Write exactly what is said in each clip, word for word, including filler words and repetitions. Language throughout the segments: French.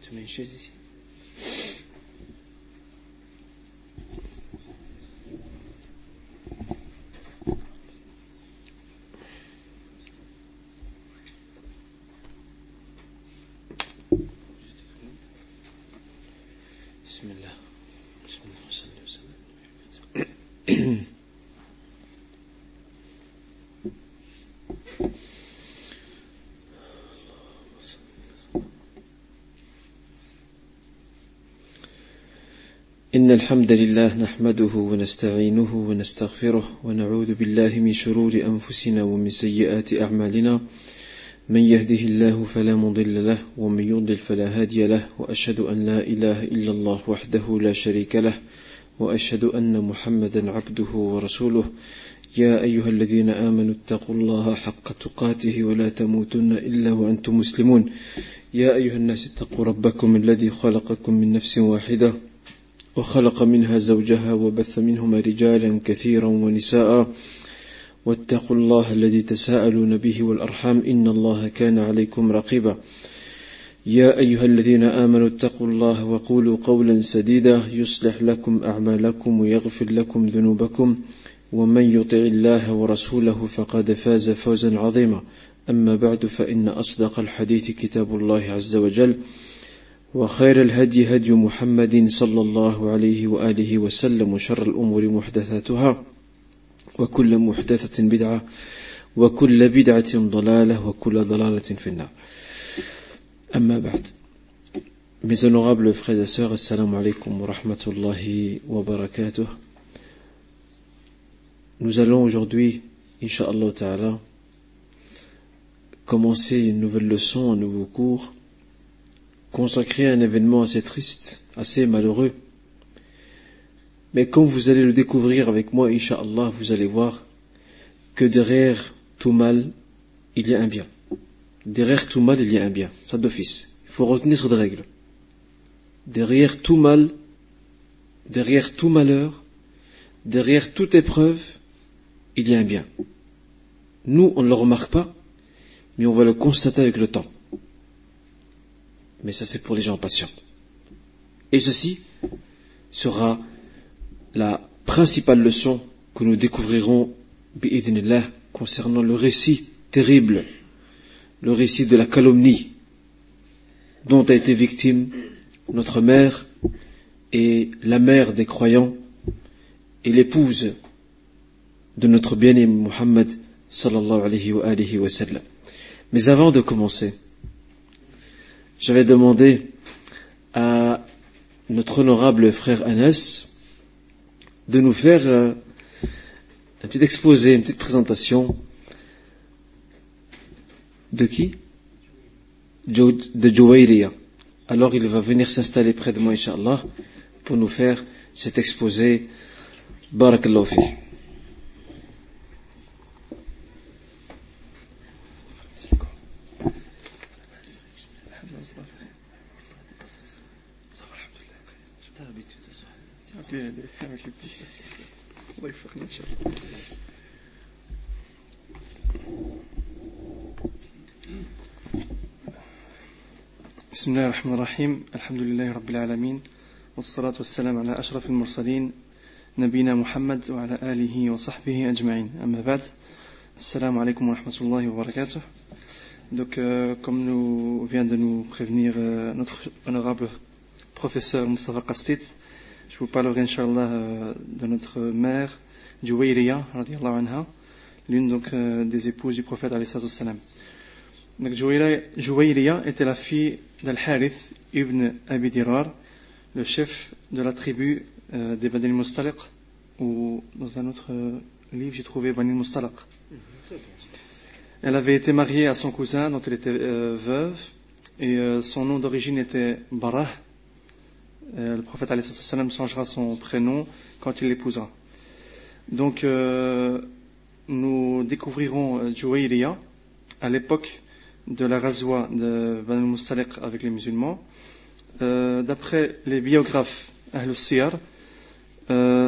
Tu mets une chaise ici. Bismillah. Bismillah. إن الحمد لله نحمده ونستعينه ونستغفره ونعوذ بالله من شرور أنفسنا ومن سيئات أعمالنا من يهده الله فلا مضل له ومن يضلل فلا هادي له وأشهد أن لا إله إلا الله وحده لا شريك له وأشهد أن محمدا عبده ورسوله يا أيها الذين آمنوا اتقوا الله حق تقاته ولا تموتن إلا وأنتم مسلمون يا أيها الناس اتقوا ربكم الذي خلقكم من نفس واحدة وخلق منها زوجها وبث منهما رجالا كثيرا ونساء واتقوا الله الذي تساءلون به والأرحام إن الله كان عليكم رقيبا يا أيها الذين آمنوا اتقوا الله وقولوا قولا سديدا يصلح لكم أعمالكم ويغفر لكم ذنوبكم ومن يطع الله ورسوله فقد فاز فوزا عظيما أما بعد فإن أصدق الحديث كتاب الله عز وجل وخير الهدي هدي محمد صلى الله عليه وآله وسلم وشر الأمور محدثاتها وكل محدثة بدعة وكل بدعة ضلالة وكل ضلالة في النار أما بعد. Mes honorables frères et sœurs, assalamu alaikum wa rahmatullahi wa barakatuh. Nous allons aujourd'hui, incha'Allah ta'ala, commencer une nouvelle leçon, un nouveau cours consacré à un événement assez triste, assez malheureux. Mais comme vous allez le découvrir avec moi, incha'Allah, vous allez voir que derrière tout mal, il y a un bien. Derrière tout mal, il y a un bien. Ça d'office. Il faut retenir cette règle. Derrière tout mal, derrière tout malheur, derrière toute épreuve, il y a un bien. Nous, on ne le remarque pas, mais on va le constater avec le temps. Mais ça, c'est pour les gens patients. Et ceci sera la principale leçon que nous découvrirons bi'idhnillah concernant le récit terrible, le récit de la calomnie dont a été victime notre mère et la mère des croyants et l'épouse de notre bien-aimé Muhammad sallallahu alayhi wa alihi wa sallam. Mais avant de commencer, j'avais demandé à notre honorable frère Anas de nous faire euh, un petit exposé, une petite présentation de qui? De Juwayriya. Alors il va venir s'installer près de moi, Inch'Allah, pour nous faire cet exposé. Barakallahu fi. بسم الله الرحمن الرحيم الحمد لله رب العالمين والصلاة والسلام على أشرف المرسلين نبينا محمد وعلى آله وصحبه أجمعين أما بعد السلام عليكم ورحمة الله وبركاته. Donc euh, comme nous vient de nous prévenir euh, notre honorable professeur Mustafa Qastit, je vous parlerai Inch'Allah euh, de notre mère Juwayriya radiyallahu anha, l'une donc euh, des épouses du prophète alayhi salatu wassalam. Donc Juwayriya était la fille d'Al-Harith ibn Abi Dirar, le chef de la tribu euh, des Bani al-Mustaliq, ou dans un autre euh, livre j'ai trouvé Bani al-Mustaliq. Elle avait été mariée à son cousin dont elle était euh, veuve, et euh, son nom d'origine était Barah. Euh, le prophète alayhi sallam changera son prénom quand il l'épousera. Donc euh, nous découvrirons Juwayriya à l'époque de la razwa de Bani al-Mustaliq avec les musulmans. Euh, d'après les biographes Ahl al-Siyar, euh,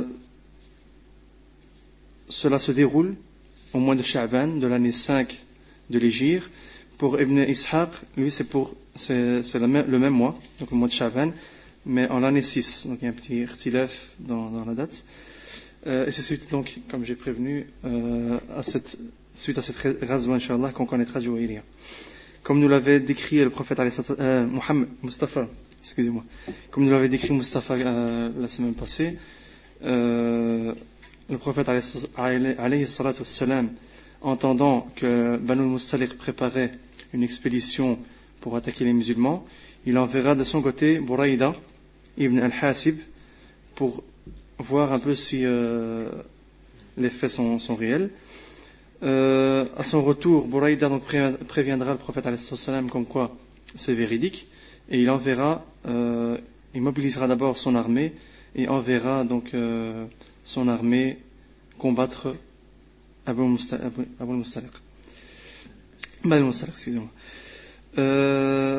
cela se déroule au mois de Sha'ban de l'année cinq de l'Hégire, Pour Ibn Ishaq, lui, c'est, pour, c'est, c'est le, même, le même mois, donc le mois de Sha'ban, mais en l'année six. Donc il y a un petit irtilaf dans, dans la date. Euh, et c'est suite, donc, comme j'ai prévenu, euh, à cette, suite à cette ghazwa, Inch'Allah, qu'on connaîtra Juwayriya. Comme nous l'avait décrit le prophète euh, Muhammad, Mustafa, excusez-moi, comme nous l'avait décrit Mustafa euh, la semaine passée, euh, le prophète alayhi salatu wassalam, entendant que Banu al-Mustaliq préparait une expédition pour attaquer les musulmans, il enverra de son côté Buraïda ibn al-Hasib pour voir un peu si euh, les faits sont, sont réels. Euh, à son retour, Buraïda donc préviendra le prophète alayhi salam comme quoi c'est véridique, et il enverra, euh, il mobilisera d'abord son armée et enverra donc euh, son armée combattre Abu al-Mustaliq. Abu al-Mustaliq. Banu al-Mustaliq, excusez-moi. Euh,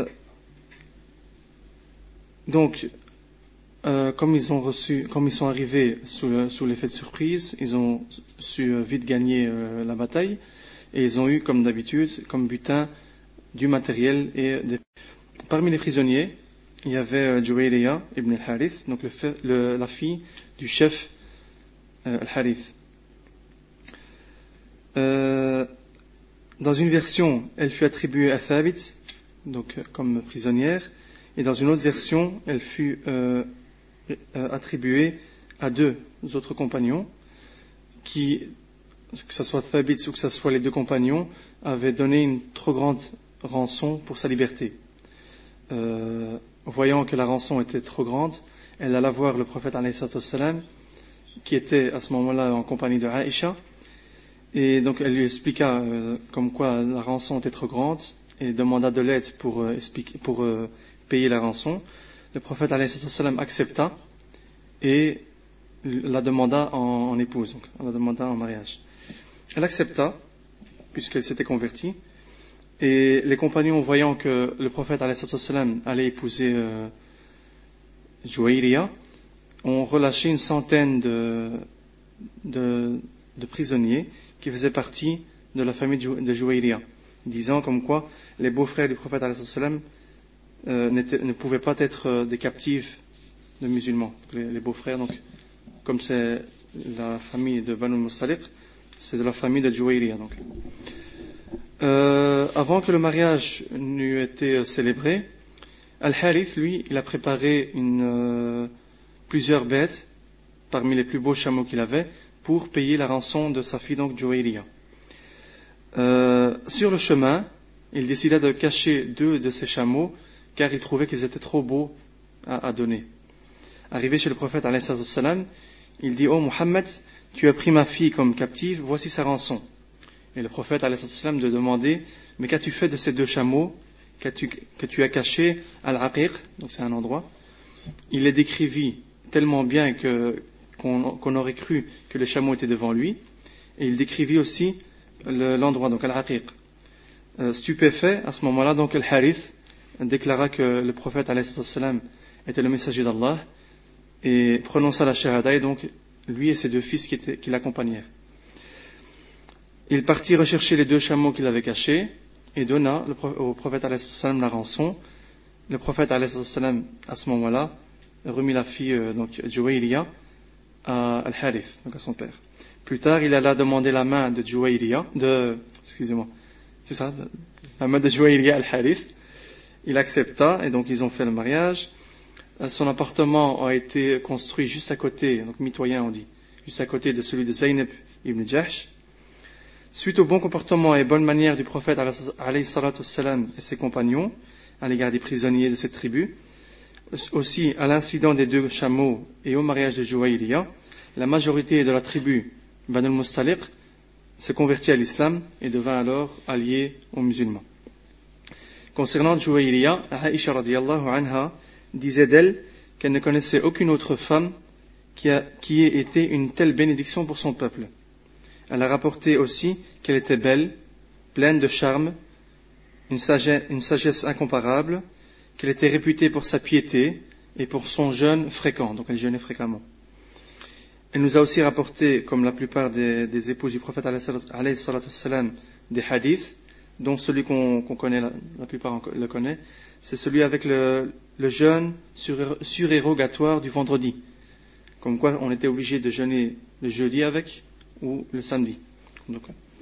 donc, euh, comme ils ont reçu, comme ils sont arrivés sous, le, sous l'effet de surprise, ils ont su euh, vite gagner euh, la bataille, et ils ont eu, comme d'habitude, comme butin du matériel et des... Parmi les prisonniers, il y avait euh, Juwayriya ibn al-Harith, donc le, le, la fille du chef euh, al-Harith. Euh, dans une version, elle fut attribuée à Thabit, donc euh, comme prisonnière, et dans une autre version, elle fut euh, euh, attribuée à deux autres compagnons qui, que ce soit Thabit ou que ce soit les deux compagnons, avaient donné une trop grande rançon pour sa liberté. Euh, voyant que la rançon était trop grande, elle alla voir le prophète alayhi salam, qui était à ce moment-là en compagnie de Aïcha, et donc elle lui expliqua euh, comme quoi la rançon était trop grande et demanda de l'aide pour, euh, expliquer, pour euh, payer la rançon. Le prophète alayhi salam accepta et la demanda en, en épouse, donc la demanda en mariage. Elle accepta puisqu'elle s'était convertie, et les compagnons, voyant que le prophète alayhi salam allait épouser euh, Juwayriya, ont relâché une centaine de, de, de prisonniers qui faisaient partie de la famille de Juwayriya, disant comme quoi les beaux-frères du prophète alayhi salam euh, ne pouvaient pas être euh, des captifs de musulmans. Les, les beaux-frères, donc, comme c'est la famille de Banu al-Mustaliq, c'est de la famille de Juwayriya. Donc. Euh, avant que le mariage n'eût été célébré, Al-Harith, lui, il a préparé une, euh, plusieurs bêtes parmi les plus beaux chameaux qu'il avait pour payer la rançon de sa fille, donc Juwayriya. Euh, sur le chemin, il décida de cacher deux de ses chameaux car il trouvait qu'ils étaient trop beaux à, à donner. Arrivé chez le prophète alayhi salam, il dit: Oh Muhammad, tu as pris ma fille comme captive, voici sa rançon. Et le prophète alayhi salam de demander: mais qu'as-tu fait de ces deux chameaux qu'as-tu, que tu as cachés à Al-Aqiq, donc c'est un endroit. Il les décrivit tellement bien que, qu'on, qu'on aurait cru que les chameaux étaient devant lui, et il décrivit aussi le, l'endroit, donc Al-Aqiq. Euh, stupéfait, à ce moment-là, donc Al-Harith déclara que le prophète alayhi salam était le messager d'Allah, et prononça la shahada, et donc lui et ses deux fils qui, étaient, qui l'accompagnèrent. Il partit rechercher les deux chameaux qu'il avait cachés et donna le, au prophète alayhi salam la rançon. Le prophète alayhi salam, à ce moment-là, remit la fille, euh, donc Juwayriya, à Al-Harith, donc à son père. Plus tard, il alla demander la main de Juwayriya, de, excusez-moi, c'est ça, la main de Juwayriya à Al-Harith. Il accepta, et donc ils ont fait le mariage. Son appartement a été construit juste à côté, donc mitoyen on dit, juste à côté de celui de Zaynab ibn Jahsh. Suite au bon comportement et bonne manière du prophète alayhi salatu wassalam et ses compagnons à l'égard des prisonniers de cette tribu, aussi à l'incident des deux chameaux et au mariage de Juwayriya, la majorité de la tribu Banu al-Mustaliq se convertit à l'islam et devint alors alliée aux musulmans. Concernant Juwayriya, Aïcha radiyallahu anha disait d'elle qu'elle ne connaissait aucune autre femme qui, a, qui ait été une telle bénédiction pour son peuple. Elle a rapporté aussi qu'elle était belle, pleine de charme, une sagesse, une sagesse incomparable, qu'elle était réputée pour sa piété et pour son jeûne fréquent, donc elle jeûnait fréquemment. Elle nous a aussi rapporté, comme la plupart des, des épouses du prophète alayhi salatu wassalam, des hadiths dont celui qu'on, qu'on connaît, la, la plupart le connaît, c'est celui avec le, le jeûne sur, surérogatoire du vendredi. Comme quoi on était obligé de jeûner le jeudi avec ou le samedi. Donc,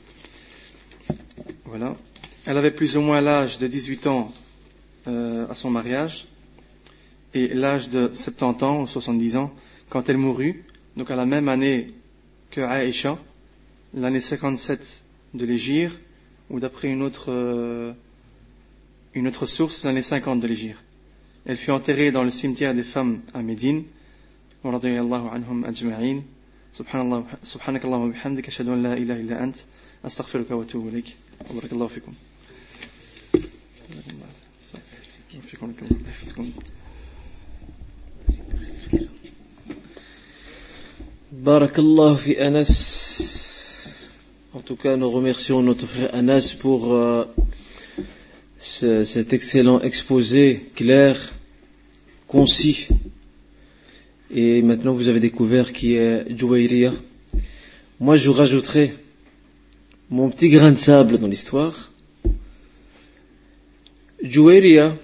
voilà. Elle avait plus ou moins l'âge de dix-huit ans euh, à son mariage et l'âge de soixante-dix ans ou soixante-dix ans quand elle mourut, donc à la même année que Aïcha, l'année cinquante-sept de l'Hégire, ou d'après une autre, euh, une autre source, l'année cinquante de l'Hégire. Elle fut enterrée dans le cimetière des femmes à Médine. ورضي الله عنهم أجمعين سبحان الله سبحانك اللهم وبحمدك أشهد أن لا إله إلا أنت أستغفرك وأتوب إليك وبارك الله فيكم. بارك الله في أنس. En tout cas, nous remercions notre frère Anas pour euh, ce, cet excellent exposé clair, concis. Et maintenant, vous avez découvert qui est Juwayriya. Moi, je rajouterai mon petit grain de sable dans l'histoire. Juwayriya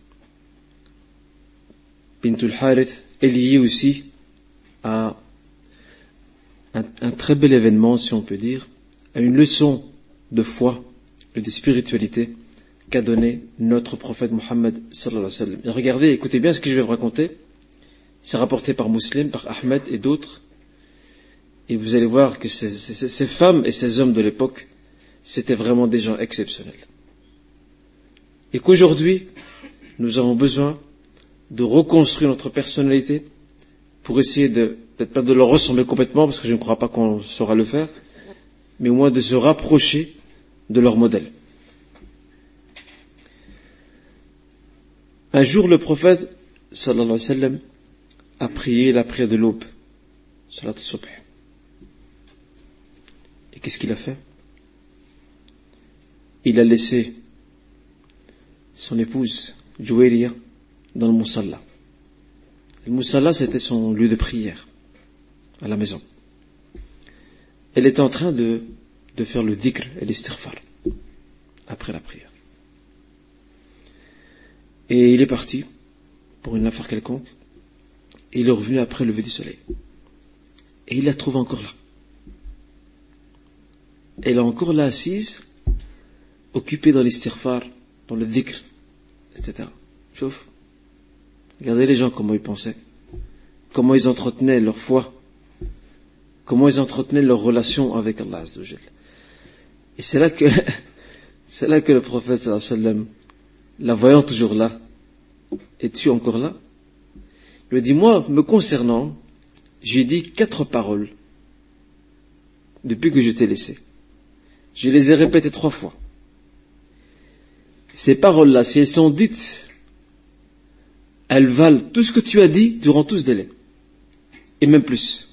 Bintul Harith est liée aussi à un, un très bel événement, si on peut dire, à une leçon de foi et de spiritualité qu'a donné notre prophète Mohammed sallallahu alayhi wa sallam. Et regardez, écoutez bien ce que je vais vous raconter. C'est rapporté par Muslim, par Ahmed et d'autres. Et vous allez voir que ces, ces, ces femmes et ces hommes de l'époque, c'était vraiment des gens exceptionnels. Et qu'aujourd'hui, nous avons besoin de reconstruire notre personnalité pour essayer de, peut-être pas de leur ressembler complètement, parce que je ne crois pas qu'on saura le faire, mais au moins de se rapprocher de leur modèle. Un jour, le prophète, sallallahu alayhi wa sallam, a prié la prière de l'aube, salat al-subh. Et qu'est-ce qu'il a fait? Il a laissé son épouse, Juwayriya, dans le musalla. Le musalla, c'était son lieu de prière, à la maison. Elle était en train de, de faire le dhikr et l'istighfar, après la prière. Et il est parti, pour une affaire quelconque, et il est revenu après le lever du soleil. Et il la trouve encore là. Elle est encore là assise, occupée dans l'istighfar, dans le dhikr, et cetera. Chauffe. Regardez les gens comment ils pensaient, comment ils entretenaient leur foi, comment ils entretenaient leur relation avec Allah Azza wa Jal. Et c'est là que, c'est là que le prophète sallallahu alayhi wa sallam, la voyant toujours là, es-tu encore là? Il lui dit, moi, me concernant, j'ai dit quatre paroles depuis que je t'ai laissé. Je les ai répétées trois fois. Ces paroles-là, si elles sont dites, elles valent tout ce que tu as dit durant tout ce délai. Et même plus.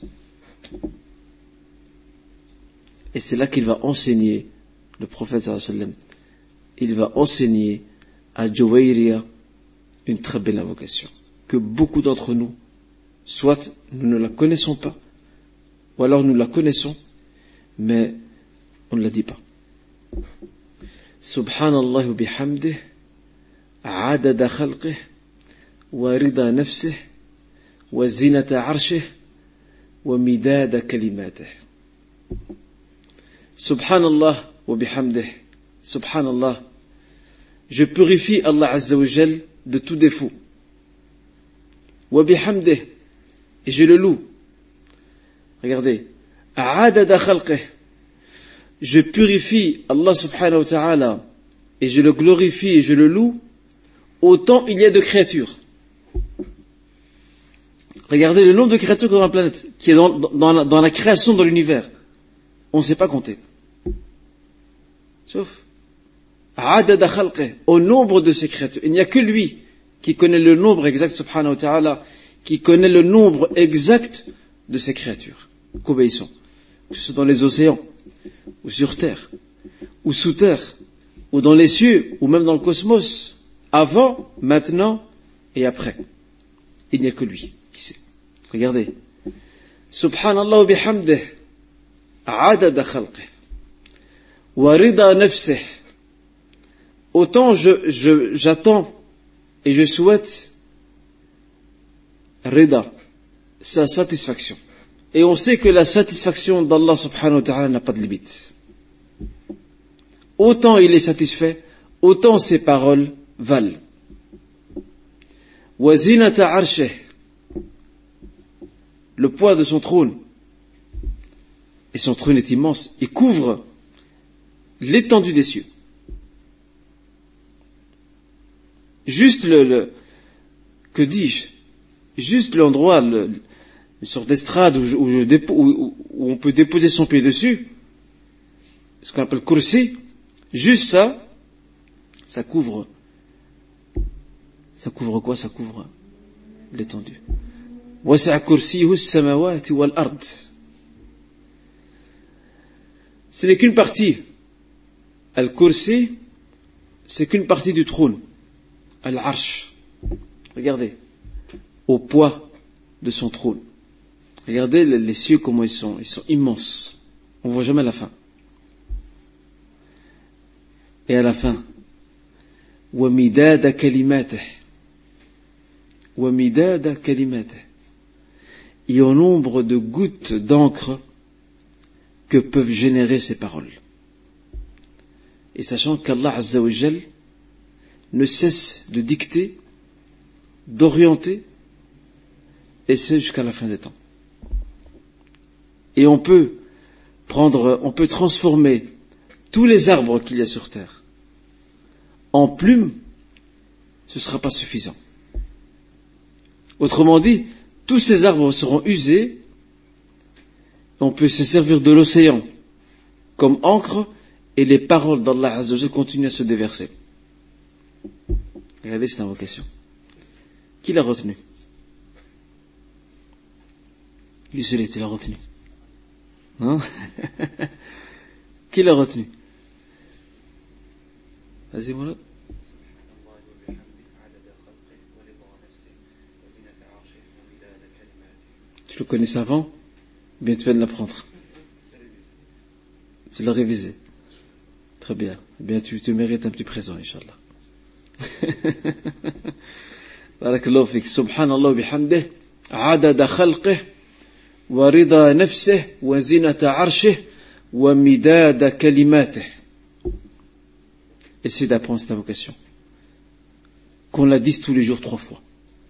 Et c'est là qu'il va enseigner, le prophète sallallahu alayhi wa sallam, il va enseigner à Juwayriya une très belle invocation, que beaucoup d'entre nous, soit nous ne la connaissons pas, ou alors nous la connaissons, mais on ne la dit pas. Subhanallah wa bihamdih, adada khalqih, wa rida nafsih, wa zinata arshih, wa midada kalimatih. Subhanallah wa bihamdih, Subhanallah, je purifie Allah Azza wa Jal de tout défaut. Wa bihamdih, et je le loue. Regardez, adada khalqih, je purifie Allah subhanahu wa ta'ala et je le glorifie et je le loue autant il y a de créatures. Regardez le nombre de créatures dans la planète, qui est dans, dans, la, dans la création de l'univers. On ne sait pas compter. Sauf adada khalqih, au nombre de ces créatures. Il n'y a que lui qui connaît le nombre exact, subhanahu wa ta'ala, qui connaît le nombre exact de ces créatures qu'obéissons, que ce soit dans les océans, ou sur terre, ou sous terre, ou dans les cieux, ou même dans le cosmos, avant, maintenant et après. Il n'y a que lui qui sait. Regardez. Subhanallah wa bihamdih, adada khalqih, wa rida nafsih, autant je, je, j'attends et je souhaite rida, sa satisfaction. Et on sait que la satisfaction d'Allah subhanahu wa ta'ala n'a pas de limite. Autant il est satisfait, autant ses paroles valent. Wa zinata arshih, le poids de son trône. Et son trône est immense. Il couvre l'étendue des cieux. Juste le, le que dis-je, juste l'endroit, le, une sorte d'estrade où, je, où, je dépo, où, où on peut déposer son pied dessus, ce qu'on appelle kursi, juste ça, ça couvre, ça couvre quoi? Ça couvre l'étendue. Wasi'a kursiyuhu as-samawati wal ard. Ce n'est qu'une partie. Al-Kursi, c'est qu'une partie du trône. Al-Arsh. Regardez. Au poids de son trône. Regardez les cieux, comment ils sont. Ils sont immenses. On ne voit jamais la fin. Et à la fin, وَمِدَادَ كَلِمَاتِهِ وَمِدَادَ كَلِمَاتِهِ. Et au nombre de gouttes d'encre que peuvent générer ces paroles. Et sachant qu'Allah Azza wa Jal ne cesse de dicter, d'orienter, et c'est jusqu'à la fin des temps. Et on peut prendre, on peut transformer tous les arbres qu'il y a sur terre en plumes, ce ne sera pas suffisant. Autrement dit, tous ces arbres seront usés. On peut se servir de l'océan comme encre et les paroles d'Allah Azza wa Jal continuent à se déverser. Regardez cette invocation. Qui l'a retenu? Lui seul, il l'a retenu. Hein? Qui l'a retenu? Vas-y, voilà. Tu le connaissais avant? Bien, tu viens de l'apprendre. Tu l'as révisé. Très bien. Bien, tu te mérites un petit présent, Inch'Allah. Barakallahu fik. Subhanallah bihamdih. Adada khalqih. Wa rida nafsih. Wa zinata arshih. Wa midada kalimatih. Essayez d'apprendre cette invocation. Qu'on la dise tous les jours trois fois.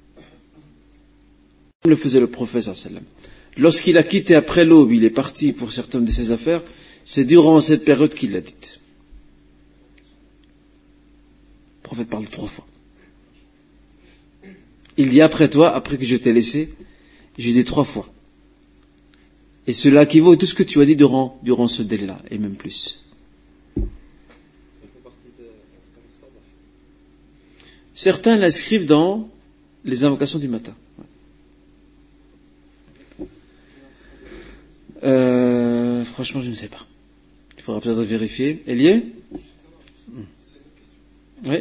Comme le faisait le prophète sallallahu alayhi wa sallam. Lorsqu'il a quitté après l'aube, il est parti pour certaines de ses affaires, c'est durant cette période qu'il l'a dite. Le prophète parle trois fois. Il dit après toi, après que je t'ai laissé, j'ai dit trois fois. Et cela équivaut à tout ce que tu as dit durant, durant ce délai-là, et même plus. Certains l'inscrivent dans les invocations du matin. Euh, franchement, je ne sais pas. Il faudra peut-être vérifier. Elle y est? Oui.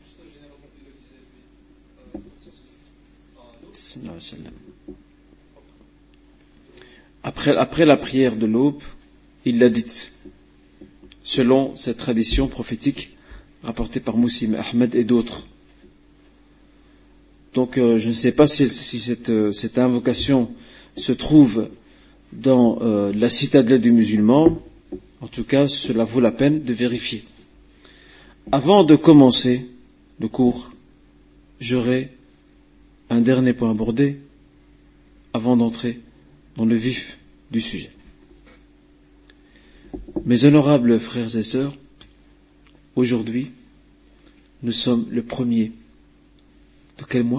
Après, après la prière de l'aube, il l'a dite, selon cette tradition prophétique rapportée par Moussim, Ahmed et d'autres. Donc, euh, je ne sais pas si, si cette, euh, cette invocation se trouve dans euh, la citadelle du musulman. En tout cas, cela vaut la peine de vérifier. Avant de commencer le cours, j'aurai un dernier point abordé avant d'entrer dans le vif du sujet. Mes honorables frères et sœurs, aujourd'hui, nous sommes le premier de quel mois?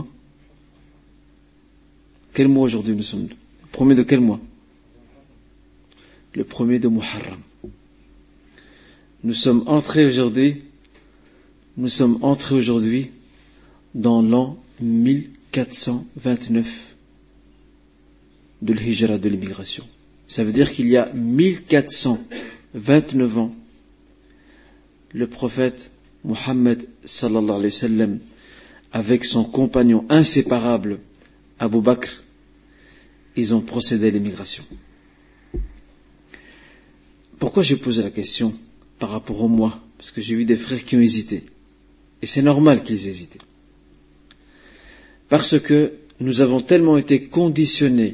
Quel mois aujourd'hui nous sommes? Le premier de quel mois? Le premier de Muharram. Nous sommes entrés aujourd'hui, nous sommes entrés aujourd'hui dans l'an mille quatre cent vingt-neuf de l'hijra, de l'immigration. Ça veut dire qu'il y a mille quatre cent vingt-neuf ans, le prophète Muhammad sallallahu alayhi wa sallam, avec son compagnon inséparable Abu Bakr, ils ont procédé à l'immigration. Pourquoi j'ai posé la question par rapport au mois? Parce que j'ai vu des frères qui ont hésité. Et c'est normal qu'ils aient hésité. Parce que nous avons tellement été conditionnés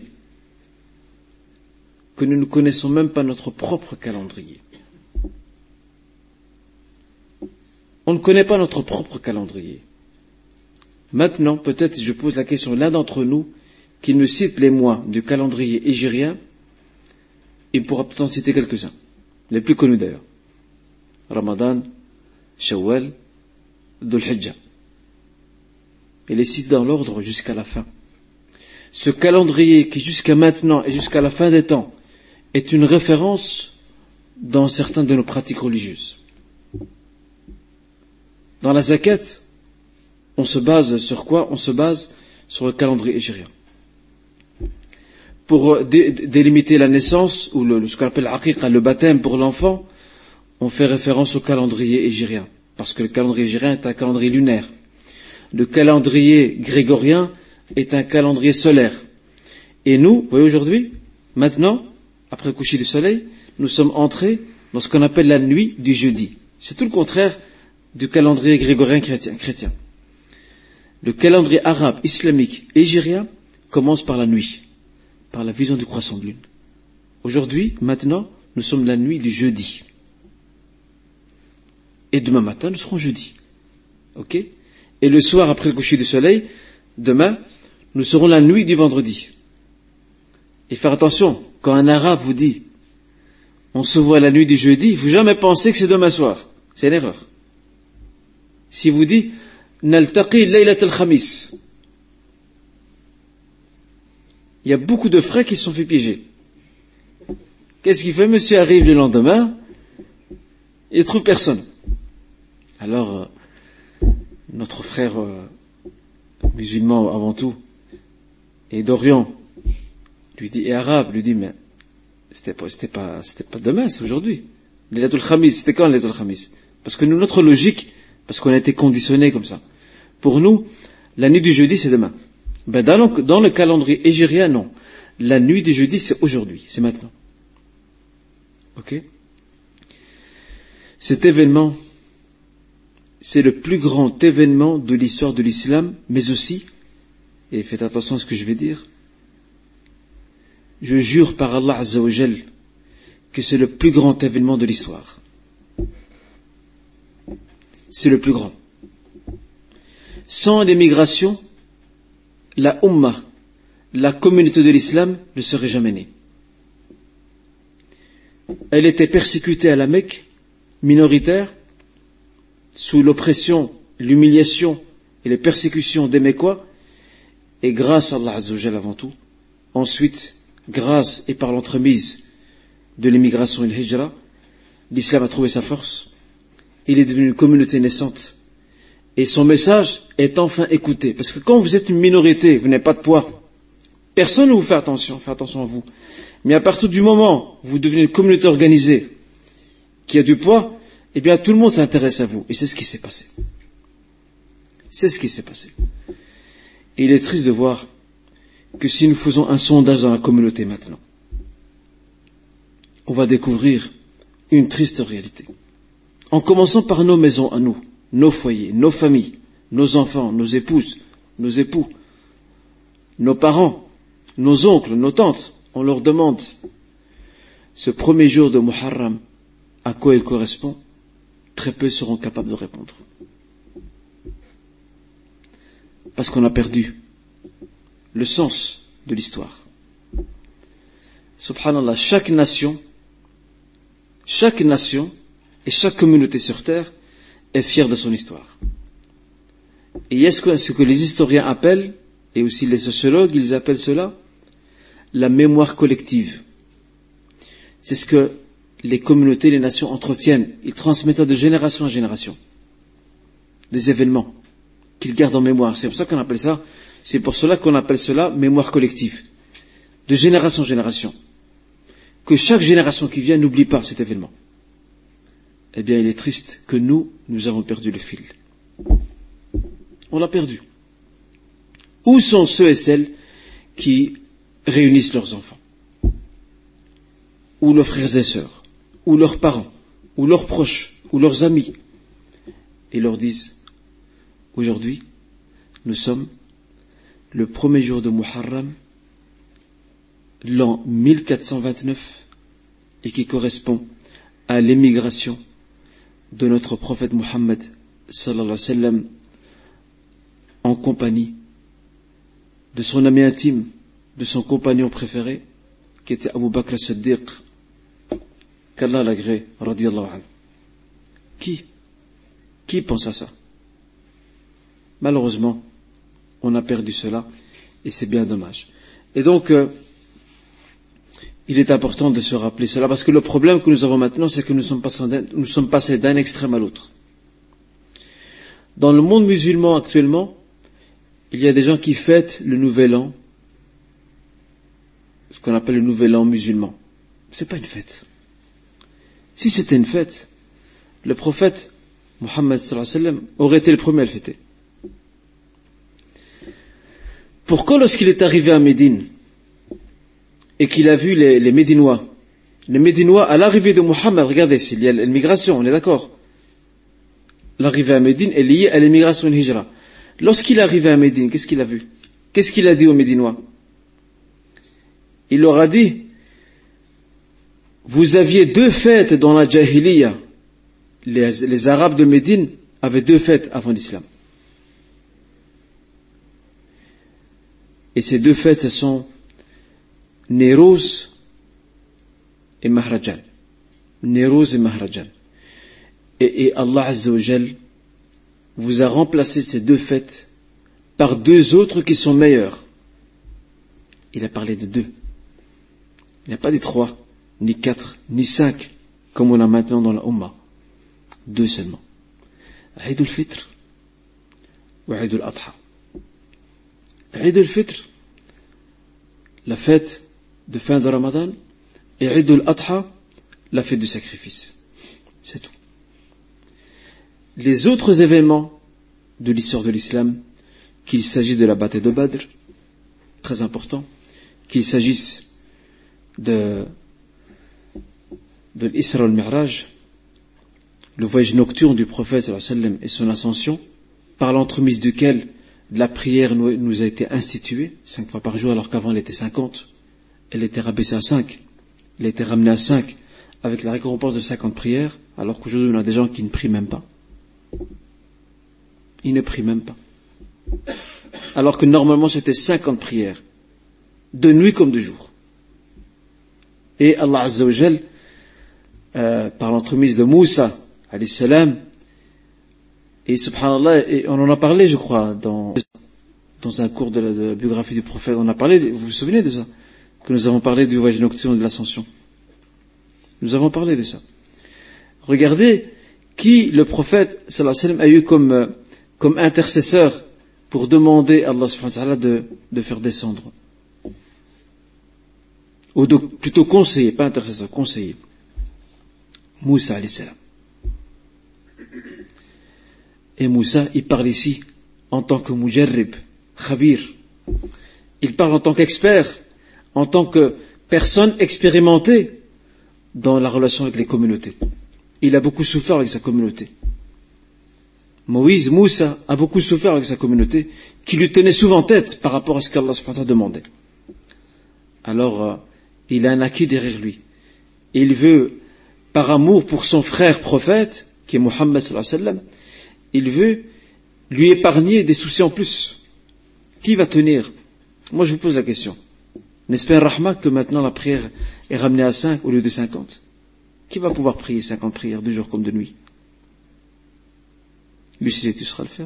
que nous ne connaissons même pas notre propre calendrier. On ne connaît pas notre propre calendrier. Maintenant, peut-être je pose la question à l'un d'entre nous qui nous cite les mois du calendrier hégirien, il pourra peut-être en citer quelques-uns, les plus connus d'ailleurs. Ramadan, Shawwal, Dhul Hijjah. Il les cite dans l'ordre jusqu'à la fin. Ce calendrier qui jusqu'à maintenant et jusqu'à la fin des temps est une référence dans certaines de nos pratiques religieuses. Dans la zakat, on se base sur quoi? On se base sur le calendrier hégirien. Pour dé- délimiter la naissance, ou le, ce qu'on appelle l'aqiqa, le baptême pour l'enfant, on fait référence au calendrier hégirien, parce que le calendrier hégirien est un calendrier lunaire. Le calendrier grégorien est un calendrier solaire. Et nous, vous voyez aujourd'hui, maintenant, après le coucher du soleil, nous sommes entrés dans ce qu'on appelle la nuit du jeudi. C'est tout le contraire du calendrier grégorien chrétien. chrétien. Le calendrier arabe, islamique, hégirien commence par la nuit, par la vision du croissant de lune. Aujourd'hui, maintenant, nous sommes la nuit du jeudi. Et demain matin, nous serons jeudi. Ok? Et le soir, après le coucher du soleil, demain, nous serons la nuit du vendredi. Et faire attention, quand un arabe vous dit on se voit la nuit du jeudi, il ne faut jamais penser que c'est demain soir. C'est une erreur. Si vous dit Naltaqi laylat al-khamis, il y a beaucoup de frères qui se sont fait piéger. Qu'est-ce qu'il fait? Monsieur arrive le lendemain, il ne trouve personne. Alors, euh, notre frère euh, musulman avant tout, et d'Orient, lui dit, et arabe, lui dit, mais c'était pas, c'était pas, c'était pas demain, c'est aujourd'hui. Laylatul Khamis, c'était quand Laylatul Khamis? Parce que nous, notre logique, parce qu'on a été conditionnés comme ça. Pour nous, la nuit du jeudi, c'est demain. Ben, dans, le, dans le calendrier hégirien, non. La nuit du jeudi, c'est aujourd'hui, c'est maintenant. Ok? Cet événement, c'est le plus grand événement de l'histoire de l'islam, mais aussi, et faites attention à ce que je vais dire, je jure par Allah Azza wa Jal que c'est le plus grand événement de l'histoire. C'est le plus grand. Sans l'émigration, la Ummah, la communauté de l'islam, ne serait jamais née. Elle était persécutée à la Mecque, minoritaire, sous l'oppression, l'humiliation et les persécutions des Mécois, et grâce à Allah Azza wa Jal avant tout, ensuite, grâce et par l'entremise de l'immigration et le hijra, l'islam a trouvé sa force, il est devenu une communauté naissante, et son message est enfin écouté. Parce que quand vous êtes une minorité, vous n'avez pas de poids, personne ne vous fait attention, fait attention à vous. Mais à partir du moment où vous devenez une communauté organisée, qui a du poids, eh bien tout le monde s'intéresse à vous. Et c'est ce qui s'est passé. C'est ce qui s'est passé. Et il est triste de voir que si nous faisons un sondage dans la communauté maintenant, on va découvrir une triste réalité. En commençant par nos maisons à nous, nos foyers, nos familles, nos enfants, nos épouses, nos époux, nos parents, nos oncles, nos tantes, on leur demande ce premier jour de Muharram, à quoi il correspond, très peu seront capables de répondre. Parce qu'on a perdu le sens de l'histoire. Subhanallah, chaque nation, chaque nation et chaque communauté sur terre est fière de son histoire. Et est-ce que ce que les historiens appellent, et aussi les sociologues, ils appellent cela la mémoire collective. C'est ce que les communautés, les nations entretiennent. Ils transmettent de génération en génération des événements qu'ils gardent en mémoire. C'est pour ça qu'on appelle ça, c'est pour cela qu'on appelle cela mémoire collective. De génération en génération. Que chaque génération qui vient n'oublie pas cet événement. Eh bien, il est triste que nous, nous avons perdu le fil. On l'a perdu. Où sont ceux et celles qui réunissent leurs enfants? Ou leurs frères et sœurs? Ou leurs parents? Ou leurs proches? Ou leurs amis? Et leur disent, aujourd'hui, nous sommes le premier jour de Muharram, l'an mille quatre cent vingt-neuf, et qui correspond à l'émigration de notre prophète Muhammad sallallahu alayhi wa sallam en compagnie de son ami intime, de son compagnon préféré, qui était Abu Bakr as-Siddiq, qu'Allah l'agrée, radiyallahu anhu. Qui Qui pense à ça? Malheureusement, on a perdu cela, et c'est bien dommage. Et donc, euh, il est important de se rappeler cela, parce que le problème que nous avons maintenant, c'est que nous sommes passés d'un, nous sommes passés d'un extrême à l'autre. Dans le monde musulman actuellement, il y a des gens qui fêtent le nouvel an, ce qu'on appelle le nouvel an musulman. C'est pas une fête. Si c'était une fête, le prophète Muhammad sallallahu alayhi wa sallam aurait été le premier à le fêter. Pourquoi lorsqu'il est arrivé à Médine et qu'il a vu les, les Médinois, les Médinois à l'arrivée de Muhammad, regardez, il y a l'immigration, on est d'accord. L'arrivée à Médine est liée à l'immigration de Hijra. Lorsqu'il est arrivé à Médine, qu'est-ce qu'il a vu? Qu'est-ce qu'il a dit aux Médinois? Il leur a dit, vous aviez deux fêtes dans la Jahiliya. Les, les Arabes de Médine avaient deux fêtes avant l'islam. Et ces deux fêtes, ce sont Nérouz et Mahrajan. Nérouz et Mahrajan. Et, et Allah Azza wa Jal vous a remplacé ces deux fêtes par deux autres qui sont meilleures. Il a parlé de deux. Il n'y a pas des trois, ni quatre, ni cinq, comme on a maintenant dans la Ummah. Deux seulement. Eid al-Fitr ou Eid al-Adha. Eid al-Fitr, la fête de fin de Ramadan, et Eid al-Adha, la fête du sacrifice. C'est tout. Les autres événements de l'histoire de l'islam, qu'il s'agisse de la bataille de Badr, très important, qu'il s'agisse de, de l'Isra al-Mi'raj, le voyage nocturne du prophète sallallahu alayhi wa sallam et son ascension, par l'entremise duquel la prière nous, nous a été instituée, cinq fois par jour, alors qu'avant elle était cinquante, elle était rabaissée à cinq, elle était ramenée à cinq, avec la récompense de cinquante prières, alors qu'aujourd'hui on a des gens qui ne prient même pas. Ils ne prient même pas. Alors que normalement c'était cinquante prières, de nuit comme de jour. Et Allah Azza wa Jal, euh, par l'entremise de Moussa, alayhi salam, et subhanallah, et on en a parlé, je crois, dans, dans un cours de la, de la biographie du prophète, on a parlé, vous vous souvenez de ça? Que nous avons parlé du voyage nocturne de l'ascension. Nous avons parlé de ça. Regardez qui le prophète sallallahu alayhi wa sallam a eu comme, euh, comme intercesseur pour demander à Allah subhanahu wa ta'ala de, de faire descendre. Ou de, plutôt conseiller, pas intercesseur, conseiller. Moussa alayhi salam. Et Moussa, il parle ici en tant que mujarrib, khabir. Il parle en tant qu'expert, en tant que personne expérimentée dans la relation avec les communautés. Il a beaucoup souffert avec sa communauté. Moïse, Moussa, a beaucoup souffert avec sa communauté, qui lui tenait souvent tête par rapport à ce qu'Allah subhanahu wa ta'ala demandait. Alors, euh, il a un acquis derrière lui. Et il veut, par amour pour son frère prophète, qui est Muhammad sallallahu alayhi wa sallam, il veut lui épargner des soucis en plus. Qui va tenir? Moi, je vous pose la question. N'est-ce pas un rahma que maintenant la prière est ramenée à cinq au lieu de cinquante? Qui va pouvoir prier cinquante prières de jour comme de nuit? Lui, s'il est, tu seras le faire.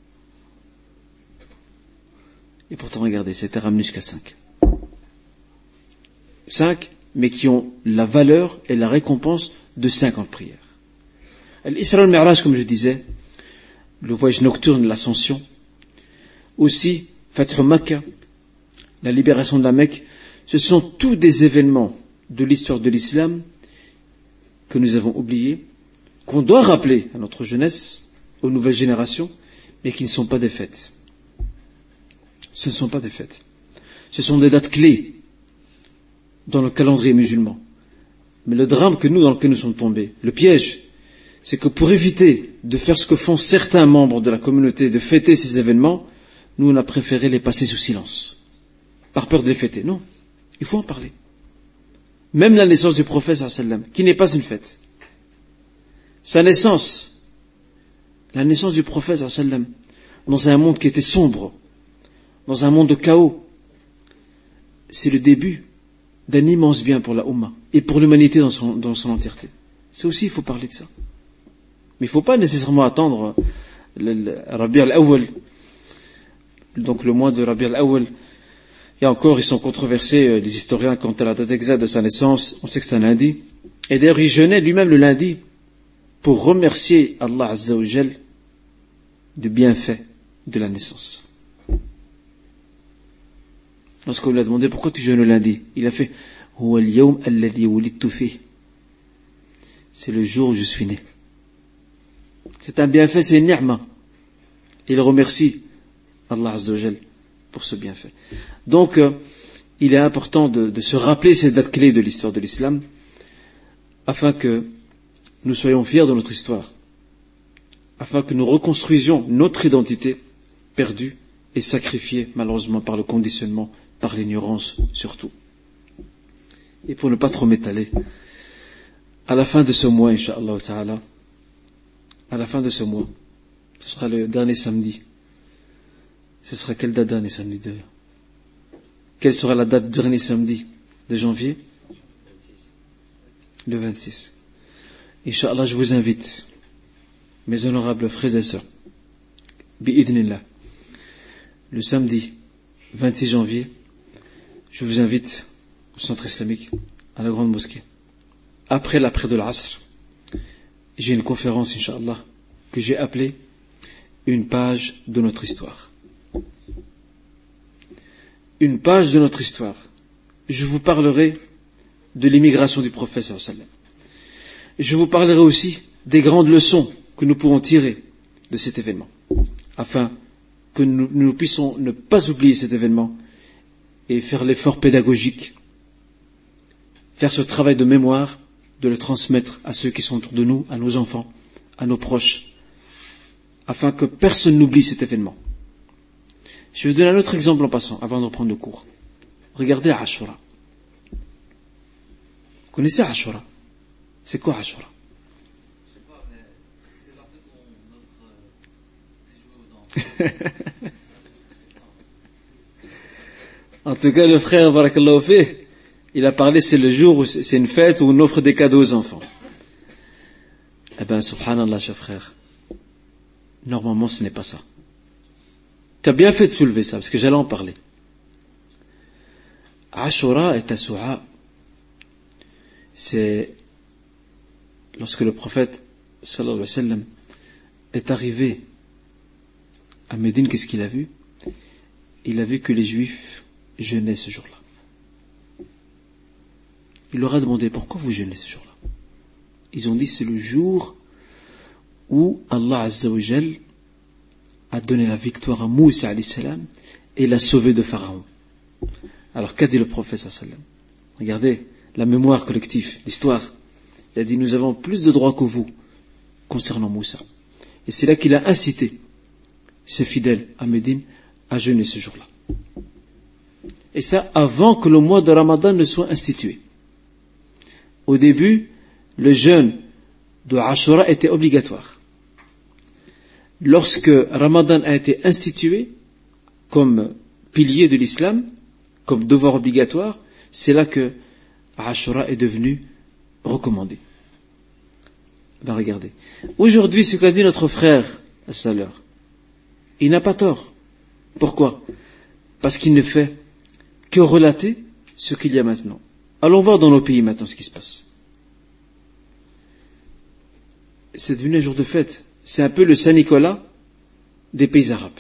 Et pourtant, regardez, c'était ramené jusqu'à cinq. Cinq, mais qui ont la valeur et la récompense de cinquante prières. L'Isra al-Mi'raj, comme je disais, le voyage nocturne de l'ascension, aussi Fath Makkah, la libération de la Mecque, ce sont tous des événements de l'histoire de l'islam que nous avons oubliés, qu'on doit rappeler à notre jeunesse, aux nouvelles générations, mais qui ne sont pas des fêtes. Ce ne sont pas des fêtes. Ce sont des dates clés dans le calendrier musulman. Mais le drame que nous, dans lequel nous sommes tombés, le piège, c'est que pour éviter de faire ce que font certains membres de la communauté, de fêter ces événements, nous on a préféré les passer sous silence, par peur de les fêter. Non, il faut en parler. Même la naissance du prophète sallallahu alayhi wa sallam, qui n'est pas une fête. Sa naissance, la naissance du prophète sallallahu alayhi wa sallam, dans un monde qui était sombre, dans un monde de chaos, c'est le début d'un immense bien pour la Ummah et pour l'humanité dans son, dans son entièreté. Ça aussi, il faut parler de ça. Mais il ne faut pas nécessairement attendre le, le Rabi' al-Awwal, donc le mois de Rabi' al-Awwal. Et encore, ils sont controversés, les historiens, quant à la date exacte de sa naissance. On sait que c'est un lundi. Et d'ailleurs, il jeûnait lui-même le lundi pour remercier Allah Azza wa Jal du bienfait de la naissance. Lorsqu'on lui a demandé pourquoi tu jeûnes le lundi, il a fait Huwa al-yawm alladhi wulidtu fihi. C'est le jour où je suis né. C'est un bienfait, c'est une ni'ma. Il remercie Allah Azza wa Jal pour ce bienfait. Donc, euh, il est important de, de se rappeler ces dates clés de l'histoire de l'islam, afin que nous soyons fiers de notre histoire, afin que nous reconstruisions notre identité perdue et sacrifiée malheureusement par le conditionnement, par l'ignorance surtout. Et pour ne pas trop m'étaler, à la fin de ce mois, Inch'Allah Ta'ala, à la fin de ce mois, ce sera le dernier samedi. Ce sera quelle date dernier samedi d'ailleurs? Quelle sera la date dernier samedi de janvier? Le vingt-six. Inch'Allah, je vous invite, mes honorables frères et sœurs, bi'idnillah, le samedi vingt-six janvier, je vous invite au centre islamique, à la grande mosquée. Après l'après de l'Asr, j'ai une conférence, Inch'Allah, que j'ai appelée une page de notre histoire. Une page de notre histoire. Je vous parlerai de l'immigration du prophète sallallahu alayhi wa sallam. Je vous parlerai aussi des grandes leçons que nous pourrons tirer de cet événement, afin que nous, nous puissions ne pas oublier cet événement et faire l'effort pédagogique, faire ce travail de mémoire, de le transmettre à ceux qui sont autour de nous, à nos enfants, à nos proches, afin que personne n'oublie cet événement. Je vais vous donner un autre exemple en passant, avant de reprendre le cours. Regardez Ashura. Vous connaissez Ashura? C'est quoi Ashura? Je sais pas, mais c'est la fête où on offre des jouets aux enfants. En tout cas, le frère, barakallahu fih, il a parlé, c'est le jour où c'est une fête où on offre des cadeaux aux enfants. Eh bien, subhanallah, cher frère, normalement ce n'est pas ça. Tu as bien fait de soulever ça, parce que j'allais en parler. Ashura et Tasu'a, c'est lorsque le prophète sallallahu alayhi wa sallam est arrivé à Médine, qu'est-ce qu'il a vu? Il a vu que les Juifs jeûnaient ce jour-là. Il leur a demandé pourquoi vous jeûnez ce jour-là. Ils ont dit c'est le jour où Allah Azza wa Jal a donné la victoire à Moussa alayhi salam et l'a sauvé de Pharaon. Alors qu'a dit le prophète sallallahu alayhi wa sallam? Regardez la mémoire collective, l'histoire. Il a dit nous avons plus de droits que vous concernant Moussa. Et c'est là qu'il a incité ses fidèles à Médine à jeûner ce jour-là. Et ça avant que le mois de Ramadan ne soit institué. Au début, le jeûne de Ashura était obligatoire. Lorsque Ramadan a été institué comme pilier de l'islam, comme devoir obligatoire, c'est là que Ashura est devenu recommandé. Ben regardez. Aujourd'hui, ce qu'a dit notre frère tout à l'heure, il n'a pas tort. Pourquoi? Parce qu'il ne fait que relater ce qu'il y a maintenant. Allons voir dans nos pays maintenant ce qui se passe. C'est devenu un jour de fête. C'est un peu le Saint-Nicolas des pays arabes.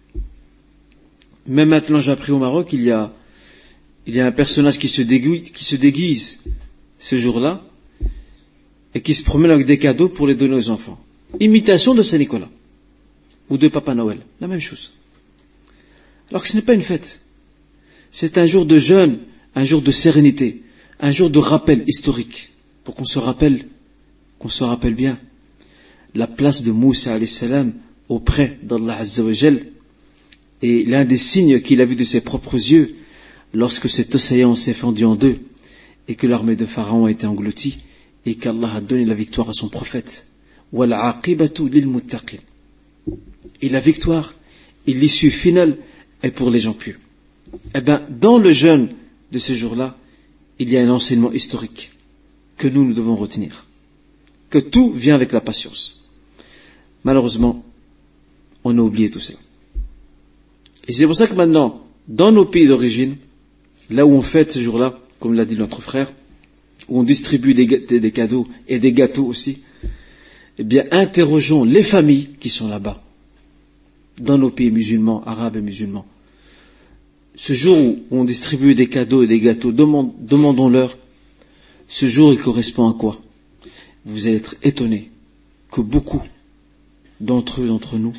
Même maintenant, j'ai appris au Maroc, il y a, il y a un personnage qui se déguise, qui se déguise ce jour-là et qui se promène avec des cadeaux pour les donner aux enfants. Imitation de Saint-Nicolas ou de Papa Noël. La même chose. Alors que ce n'est pas une fête. C'est un jour de jeûne, un jour de sérénité, un jour de rappel historique, pour qu'on se rappelle, qu'on se rappelle bien la place de Moussa alayhi salam auprès d'Allah Azza wa Jal, et l'un des signes qu'il a vu de ses propres yeux lorsque cet océan s'est fendu en deux et que l'armée de Pharaon a été engloutie et qu'Allah a donné la victoire à son prophète. Wal aqibatu lil muttaqin. Et la victoire et l'issue finale est pour les gens pieux. Eh bien, dans le jeûne de ce jour-là, il y a un enseignement historique que nous, nous devons retenir. Que tout vient avec la patience. Malheureusement, on a oublié tout cela. Et c'est pour ça que maintenant, dans nos pays d'origine, là où on fête ce jour-là, comme l'a dit notre frère, où on distribue des, des, des cadeaux et des gâteaux aussi, eh bien, interrogeons les familles qui sont là-bas, dans nos pays musulmans, arabes et musulmans. Ce jour où on distribue des cadeaux et des gâteaux, demande, demandons-leur, ce jour il correspond à quoi? Vous allez être étonnés que beaucoup d'entre eux, d'entre nous,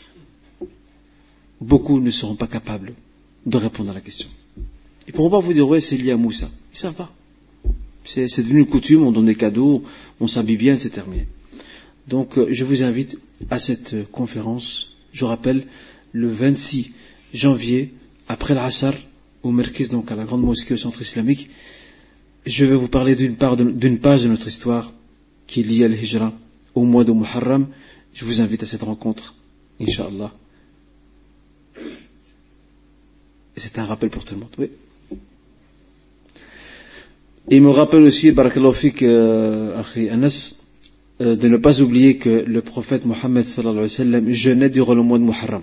beaucoup ne seront pas capables de répondre à la question. Ils ne pourront pas vous dire, ouais, c'est lié à Moussa. Ils ne savent pas. C'est, c'est devenu une coutume, on donne des cadeaux, on s'habille bien, c'est terminé. Donc, euh, je vous invite à cette euh, conférence, je rappelle, le vingt-six janvier, après l'Asr, au Merkiz, donc à la grande mosquée au centre islamique. Je vais vous parler d'une, part de, d'une page de notre histoire qui est liée à l'Hijra au mois de Muharram. Je vous invite à cette rencontre, Inch'Allah. C'est un rappel pour tout le monde, oui. Et il me rappelle aussi, Barakallahu fik, euh, Akhi Anas, euh, de ne pas oublier que le prophète Mohammed sallallahu alayhi wa sallam jeûnait durant le mois de Muharram.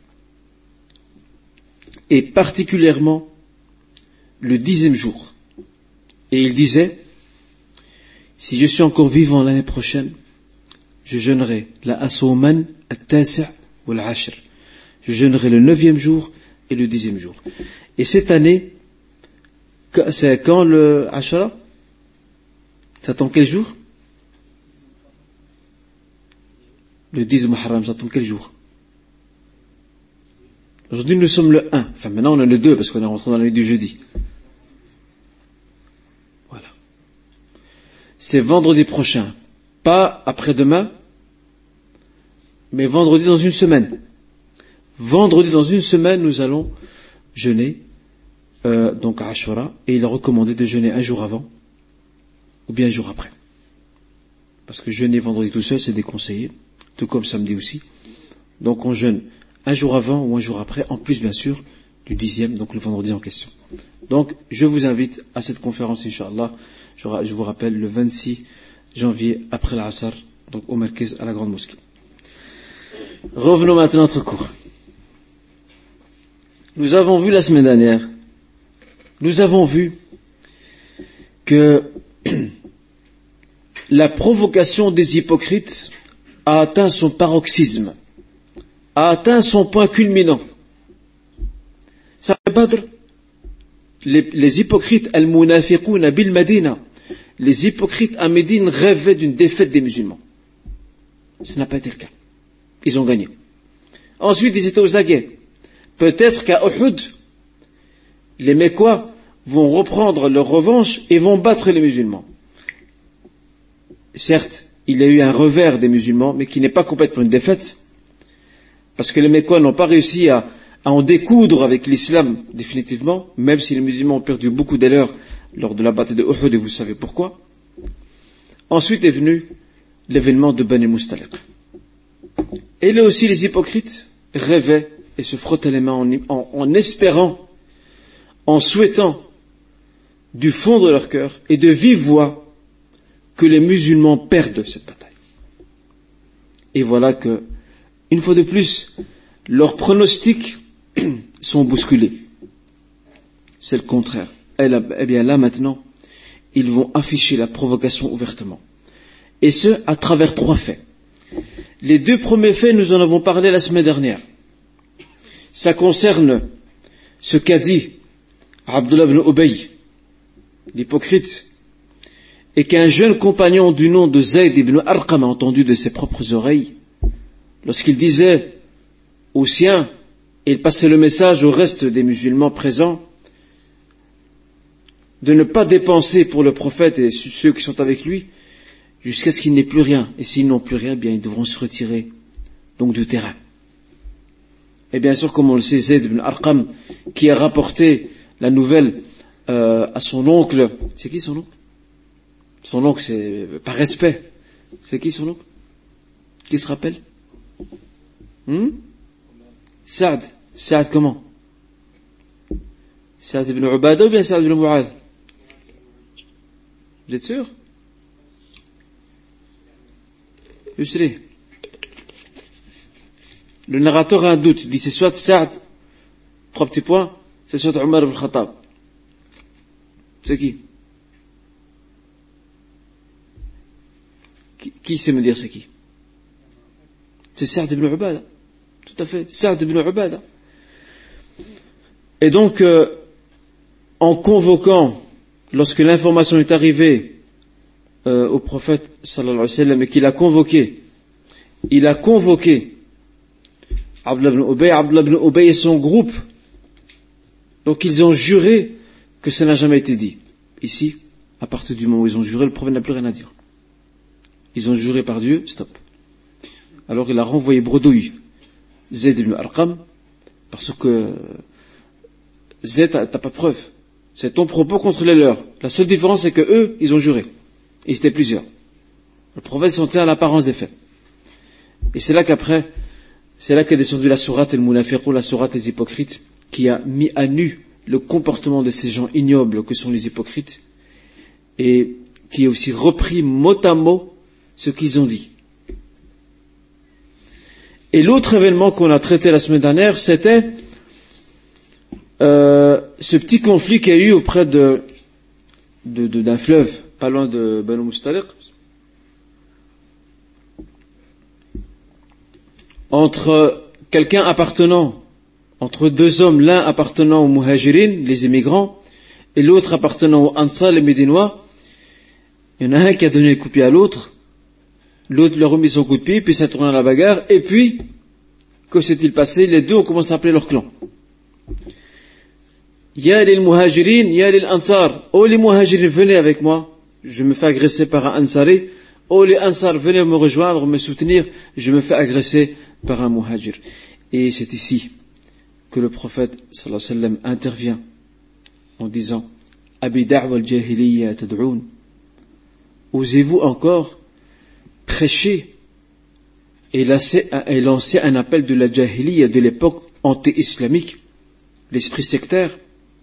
Et particulièrement le dixième jour. Et il disait, si je suis encore vivant l'année prochaine, je jeûnerai la asouman at-tasi' ou al-ashr. Je jeûnerai le neuvième jour et le dixième jour. Et cette année, c'est quand le Ashura? Ça tombe quel jour? Le dix Muharram, ça tombe quel jour? Aujourd'hui, nous sommes le un. Enfin, maintenant, on est le deux, parce qu'on est rentré dans la nuit du jeudi. Voilà. C'est vendredi prochain. Pas après-demain, mais vendredi dans une semaine. Vendredi dans une semaine, nous allons jeûner, euh, donc à Ashura, et il est recommandé de jeûner un jour avant, ou bien un jour après. Parce que jeûner vendredi tout seul, c'est déconseillé, tout comme samedi aussi. Donc on jeûne un jour avant ou un jour après, en plus bien sûr du dixième, donc le vendredi en question. Donc je vous invite à cette conférence, Inch'Allah, je, je vous rappelle, le vingt-six janvier, après l'Asr, donc au Merkiz, à la grande mosquée. Revenons maintenant à notre cours. Nous avons vu la semaine dernière, nous avons vu que la provocation des hypocrites a atteint son paroxysme, a atteint son point culminant. Ça Badr, les, les hypocrites al-munafiqouna bil Madina, les hypocrites à Médine rêvaient d'une défaite des musulmans. Ce n'a pas été le cas. Ils ont gagné. Ensuite, ils étaient aux aguets. Peut-être qu'à Uhud, les Mécois vont reprendre leur revanche et vont battre les musulmans. Certes, il y a eu un revers des musulmans, mais qui n'est pas complètement une défaite, parce que les Mécois n'ont pas réussi à, à en découdre avec l'islam définitivement, même si les musulmans ont perdu beaucoup d'honneur lors de la bataille de Uhud, et vous savez pourquoi. Ensuite est venu l'événement de Bani Mustaliq. Et là aussi, les hypocrites rêvaient et se frottaient les mains en, en, en espérant, en souhaitant du fond de leur cœur et de vive voix que les musulmans perdent cette bataille. Et voilà que, une fois de plus, leurs pronostics sont bousculés. C'est le contraire. Et là, eh bien là maintenant, ils vont afficher la provocation ouvertement. Et ce, à travers trois faits. Les deux premiers faits, nous en avons parlé la semaine dernière. Ça concerne ce qu'a dit Abdullah ibn Ubay, l'hypocrite, et qu'un jeune compagnon du nom de Zayd ibn Arqam a entendu de ses propres oreilles, lorsqu'il disait aux siens, et il passait le message au reste des musulmans présents, de ne pas dépenser pour le prophète et ceux qui sont avec lui jusqu'à ce qu'il n'ait plus rien. Et s'ils n'ont plus rien, eh bien ils devront se retirer donc du terrain. Et bien sûr, comme on le sait, Zayd ibn Arqam, qui a rapporté la nouvelle euh, à son oncle. C'est qui son oncle? Son oncle, c'est par respect. C'est qui son oncle? Qui se rappelle? hmm Saad. Saad comment? Saad ibn Ubada ou bien Saad ibn Mu'adh? Vous êtes sûr? Yusri. Le narrateur a un doute. Il dit c'est soit Saad, trois petits points, c'est soit Omar ibn Khattab. C'est qui? Qui, qui sait me dire c'est qui? C'est Saad ibn Ubada. Tout à fait, Saad ibn Ubada. Et donc, euh, en convoquant, lorsque l'information est arrivée euh, au prophète sallallahu alayhi wa sallam et qu'il a convoqué, il a convoqué Abdullah ibn Ubay, Abdullah ibn Ubay et son groupe. Donc ils ont juré que ça n'a jamais été dit. Ici, à partir du moment où ils ont juré, le prophète n'a plus rien à dire. Ils ont juré par Dieu, stop. Alors il a renvoyé bredouille Zayd ibn Arqam, parce que Zayd, t'as pas de preuve. C'est ton propos contre les leurs. La seule différence, c'est que eux, ils ont juré. Et c'était plusieurs. Le prophète s'en tient à l'apparence des faits. Et c'est là qu'après, c'est là qu'est descendue la sourate al-Munafiqun, la sourate des hypocrites, qui a mis à nu le comportement de ces gens ignobles que sont les hypocrites, et qui a aussi repris mot à mot ce qu'ils ont dit. Et l'autre événement qu'on a traité la semaine dernière, c'était euh, ce petit conflit qu'il y a eu auprès de, de, de, d'un fleuve, pas loin de Banu Mustaliq, entre quelqu'un appartenant, entre deux hommes, l'un appartenant aux Muhajirin, les immigrants, et l'autre appartenant aux Ansar, les Médinois. Il y en a un qui a donné le coup de pied à l'autre, l'autre lui a remis son coup de pied, puis ça tourne à la bagarre, et puis, que s'est-il passé? Les deux ont commencé à appeler leur clan. Ya les Muhajirin, ya les Ansar. Oh les Muhajirin, venez avec moi, je me fais agresser par un Ansari. Oh les Ansar, venez me rejoindre, me soutenir, je me fais agresser par un Muhajir. Et c'est ici que le prophète sallallahu alayhi wa sallam intervient en disant Abi da'wa al-jahiliyya tad'oun. Osez-vous encore prêcher et lancer un appel de la jahiliyya, de l'époque anti-islamique, l'esprit sectaire?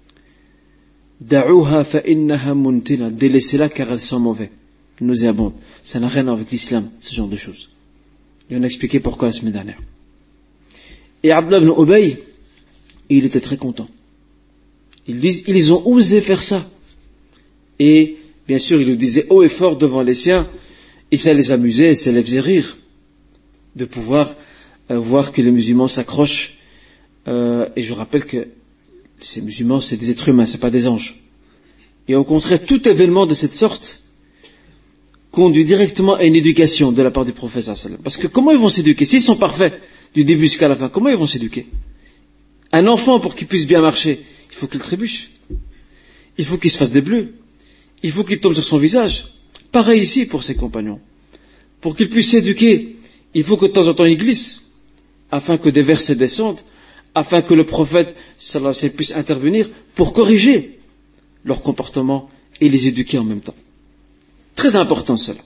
Da'uha fa innaha muntina. Délaissez-la car elle sent mauvais, nauséabonde. Ça n'a rien à voir avec l'islam, ce genre de choses. Et on a expliqué pourquoi la semaine dernière. Et Abdullah ibn Ubay, il était très content. Ils disent, ils ont osé faire ça. Et, bien sûr, il le disait haut et fort devant les siens, et ça les amusait, et ça les faisait rire, de pouvoir euh, voir que les musulmans s'accrochent. Euh, et je rappelle que ces musulmans, c'est des êtres humains, c'est pas des anges. Et au contraire, tout événement de cette sorte conduit directement à une éducation de la part du prophète sallallahu alayhi wa sallam. Parce que comment ils vont s'éduquer? S'ils sont parfaits du début jusqu'à la fin, comment ils vont s'éduquer? Un enfant, pour qu'il puisse bien marcher, il faut qu'il trébuche. Il faut qu'il se fasse des bleus. Il faut qu'il tombe sur son visage. Pareil ici pour ses compagnons. Pour qu'ils puissent s'éduquer, il faut que de temps en temps ils glissent, afin que des versets descendent, afin que le prophète sallallahu alayhi wa sallam puisse intervenir pour corriger leur comportement et les éduquer en même temps. Très important cela.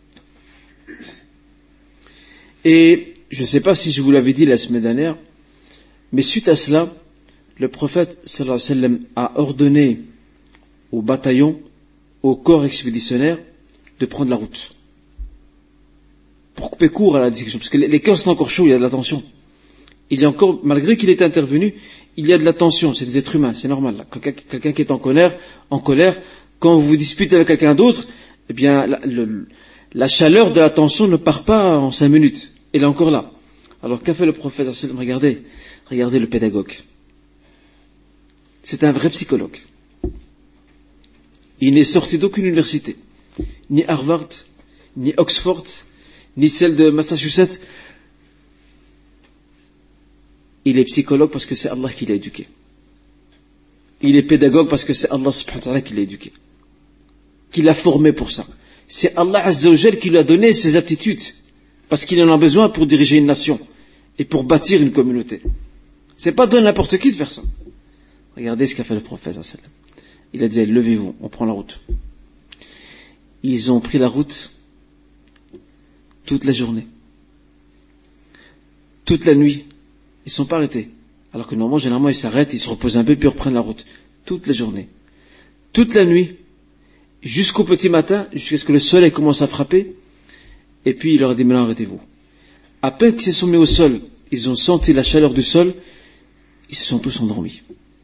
Et je ne sais pas si je vous l'avais dit la semaine dernière, mais suite à cela, le prophète sallallahu alayhi wa sallam a ordonné au bataillon, au corps expéditionnaire, de prendre la route. Pour couper court à la discussion, parce que les cœurs sont encore chauds, il y a de la tension. Il y a encore, malgré qu'il est intervenu, il y a de la tension, c'est des êtres humains, c'est normal. Là. Quelqu'un, quelqu'un qui est en colère, en colère, quand vous vous disputez avec quelqu'un d'autre, eh bien, la, le, la chaleur de la tension ne part pas en cinq minutes. Elle est encore là. Alors, qu'a fait le prophète? Regardez, regardez le pédagogue. C'est un vrai psychologue. Il n'est sorti d'aucune université, ni Harvard, ni Oxford, ni celle de Massachusetts. Il est psychologue parce que c'est Allah qui l'a éduqué. Il est pédagogue parce que c'est Allah subhanahu wa ta'ala qui l'a éduqué. qui l'a formé pour ça. C'est Allah Azza wa Jal qui lui a donné ses aptitudes, parce qu'il en a besoin pour diriger une nation et pour bâtir une communauté. C'est pas donner n'importe qui de faire ça. Regardez ce qu'a fait le prophète. Il a dit, levez-vous, on prend la route. Ils ont pris la route toute la journée. Toute la nuit. Ils ne sont pas arrêtés. Alors que normalement, généralement, ils s'arrêtent, ils se reposent un peu, puis ils reprennent la route. Toute la journée. Toute la nuit. Jusqu'au petit matin, jusqu'à ce que le soleil commence à frapper. Et puis, il leur a dit, maintenant, arrêtez-vous. À peine qu'ils se sont mis au sol, ils ont senti la chaleur du sol, ils se sont tous endormis.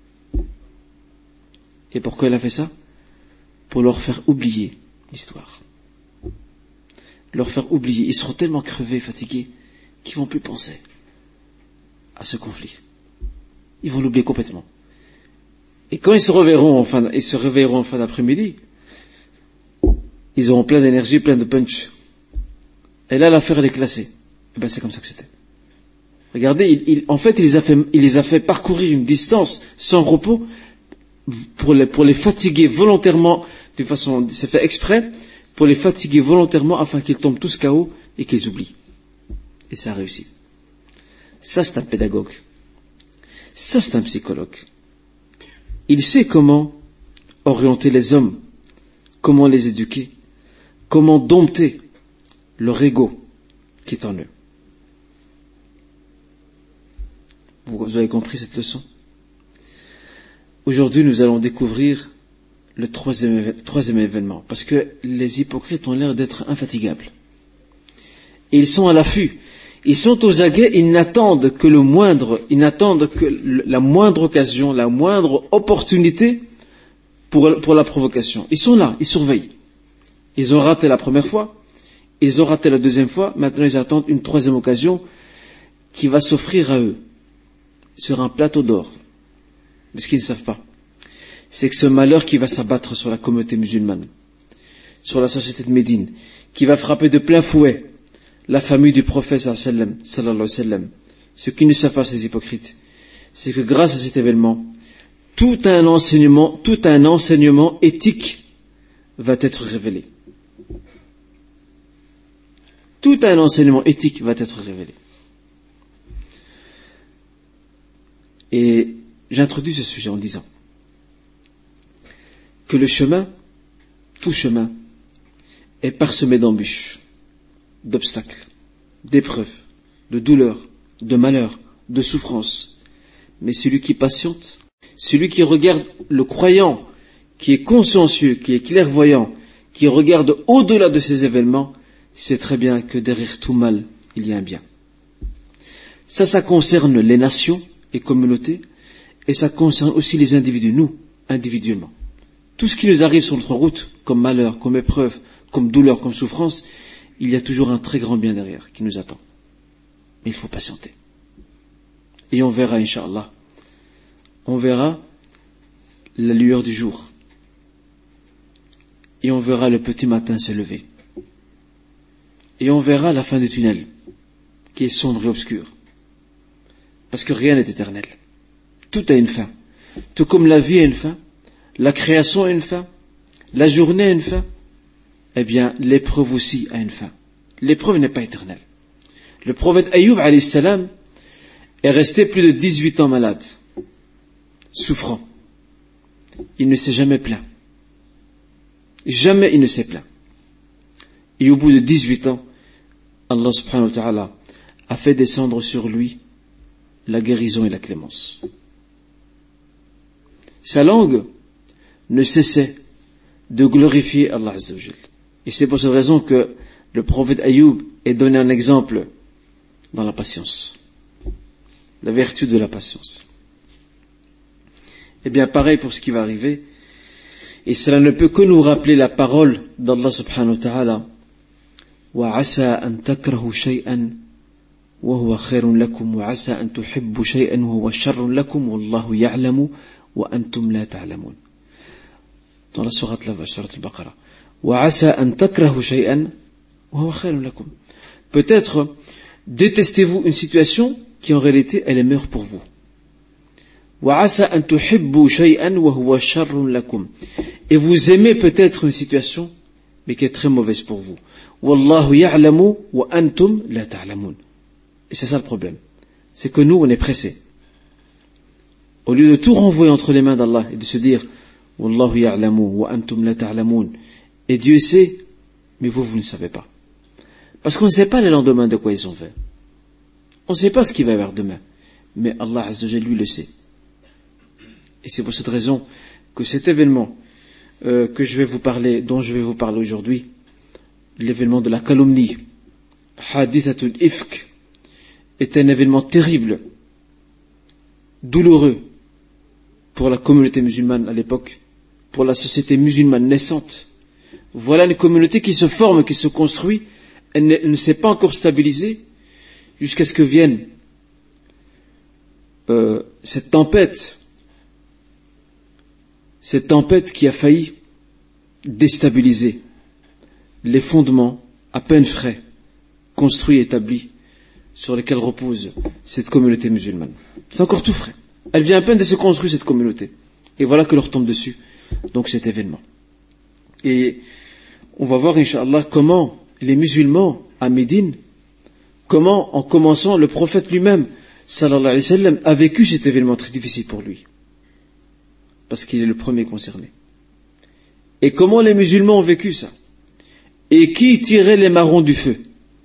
Et pourquoi il a fait ça? Pour leur faire oublier l'histoire. Leur faire oublier. Ils seront tellement crevés, fatigués, qu'ils ne vont plus penser à ce conflit. Ils vont l'oublier complètement. Et quand ils se réveilleront en fin, ils se réveilleront en fin d'après-midi, ils auront plein d'énergie, plein de punch. Et là, l'affaire, elle est classée. Et bien, c'est comme ça que c'était. Regardez, il, il, en fait, il les, a fait, il les a fait parcourir une distance sans repos pour les, pour les fatiguer volontairement, de façon, c'est fait exprès, pour les fatiguer volontairement afin qu'ils tombent tous K O et qu'ils oublient. Et ça a réussi. Ça, c'est un pédagogue. Ça, c'est un psychologue. Il sait comment orienter les hommes, comment les éduquer, comment dompter leur ego qui est en eux. Vous avez compris cette leçon? Aujourd'hui, nous allons découvrir le troisième, troisième événement, parce que les hypocrites ont l'air d'être infatigables. Et ils sont à l'affût, ils sont aux aguets, ils n'attendent que le moindre, ils n'attendent que la moindre occasion, la moindre opportunité pour, pour la provocation. Ils sont là, ils surveillent. Ils ont raté la première fois, ils ont raté la deuxième fois, maintenant ils attendent une troisième occasion qui va s'offrir à eux sur un plateau d'or. Mais ce qu'ils ne savent pas, c'est que ce malheur qui va s'abattre sur la communauté musulmane, sur la société de Médine, qui va frapper de plein fouet la famille du prophète sallallahu alayhi wa sallam, ce qu'ils ne savent pas, ces hypocrites, c'est que grâce à cet événement, tout un enseignement, tout un enseignement éthique va être révélé. Tout un enseignement éthique va être révélé. Et j'introduis ce sujet en disant que le chemin, tout chemin, est parsemé d'embûches, d'obstacles, d'épreuves, de douleurs, de malheurs, de souffrances. Mais celui qui patiente, celui qui regarde le croyant, qui est consciencieux, qui est clairvoyant, qui regarde au-delà de ces événements, sait très bien que derrière tout mal, il y a un bien. Ça, ça concerne les nations et communautés, et ça concerne aussi les individus, nous, individuellement. Tout ce qui nous arrive sur notre route, comme malheur, comme épreuve, comme douleur, comme souffrance, il y a toujours un très grand bien derrière qui nous attend. Mais il faut patienter. Et on verra, Inch'Allah, on verra la lueur du jour. Et on verra le petit matin se lever. Et on verra la fin du tunnel, qui est sombre et obscur. Parce que rien n'est éternel. Tout a une fin. Tout comme la vie a une fin, la création a une fin, la journée a une fin, eh bien, l'épreuve aussi a une fin. L'épreuve n'est pas éternelle. Le prophète Ayoub, alayhi salam, est resté plus de dix-huit ans malade, souffrant. Il ne s'est jamais plaint. Jamais il ne s'est plaint. Et au bout de dix-huit ans, Allah subhanahu wa ta'ala a fait descendre sur lui la guérison et la clémence. Sa langue ne cessait de glorifier Allah Azza wa Jal. Et c'est pour cette raison que le prophète Ayoub est donné un exemple dans la patience. La vertu de la patience. Et bien pareil pour ce qui va arriver. Et cela ne peut que nous rappeler la parole d'Allah subhanahu wa ta'ala. وَعَسَىٰ أَن تَكْرَهُ شَيْئًا وَهُوَ خَيْرٌ لَكُمْ وَعَسَىٰ أَن تُحِبُّ شَيْئًا وَهُوَ شَرٌ لَكُمْ وَاللَّهُ يَعْلَمُ وَأَنْتُمْ لَا تَعْلَمُونَ. Dans la sourate la sourate al-Baqarah. وَعَسَىٰ أَن تَكْرَهُ شَيْئًا وَهُوَ خَيْرٌ لَكُمْ. Peut-être détestez-vous une situation qui en réalité elle est meilleure pour vous. وَعَسَى أَن تُحِبُّوا شَيْئًا وَهُوَ شَرٌّ لَكُمْ. Et vous aimez peut-être une situation, mais qui est très mauvaise pour vous. وَاللَّهُ يَعْلَمُ وَأَنْتُمْ لَا تَعْلَمُونَ. Et c'est ça le problème. C'est que nous, on est pressés. Au lieu de tout renvoyer entre les mains d'Allah et de se dire وَاللَّهُ يَعْلَمُ وَأَنْتُمْ لَا تَعْلَمُونَ. Et Dieu sait, mais vous, vous ne savez pas. Parce qu'on ne sait pas le lendemain de quoi ils ont fait. On ne sait pas ce qu'il va y avoir demain. Mais Allah Azza wa Jalla, lui, le sait. Et c'est pour cette raison que cet événement euh, que je vais vous parler, dont je vais vous parler aujourd'hui, l'événement de la calomnie, Hadithatul Ifk, est un événement terrible, douloureux pour la communauté musulmane à l'époque, pour la société musulmane naissante. Voilà une communauté qui se forme, qui se construit, elle ne, elle ne s'est pas encore stabilisée jusqu'à ce que vienne euh, cette tempête, cette tempête qui a failli déstabiliser les fondements à peine frais, construits et établis, sur lesquels repose cette communauté musulmane. C'est encore tout frais. Elle vient à peine de se construire, cette communauté. Et voilà que leur tombe dessus, donc cet événement. Et on va voir, Inch'Allah, comment les musulmans à Médine, comment, en commençant, le prophète lui-même, sallallahu alayhi wa sallam, a vécu cet événement très difficile pour lui. Parce qu'il est le premier concerné. Et comment les musulmans ont vécu ça? Et qui tirait les marrons du feu?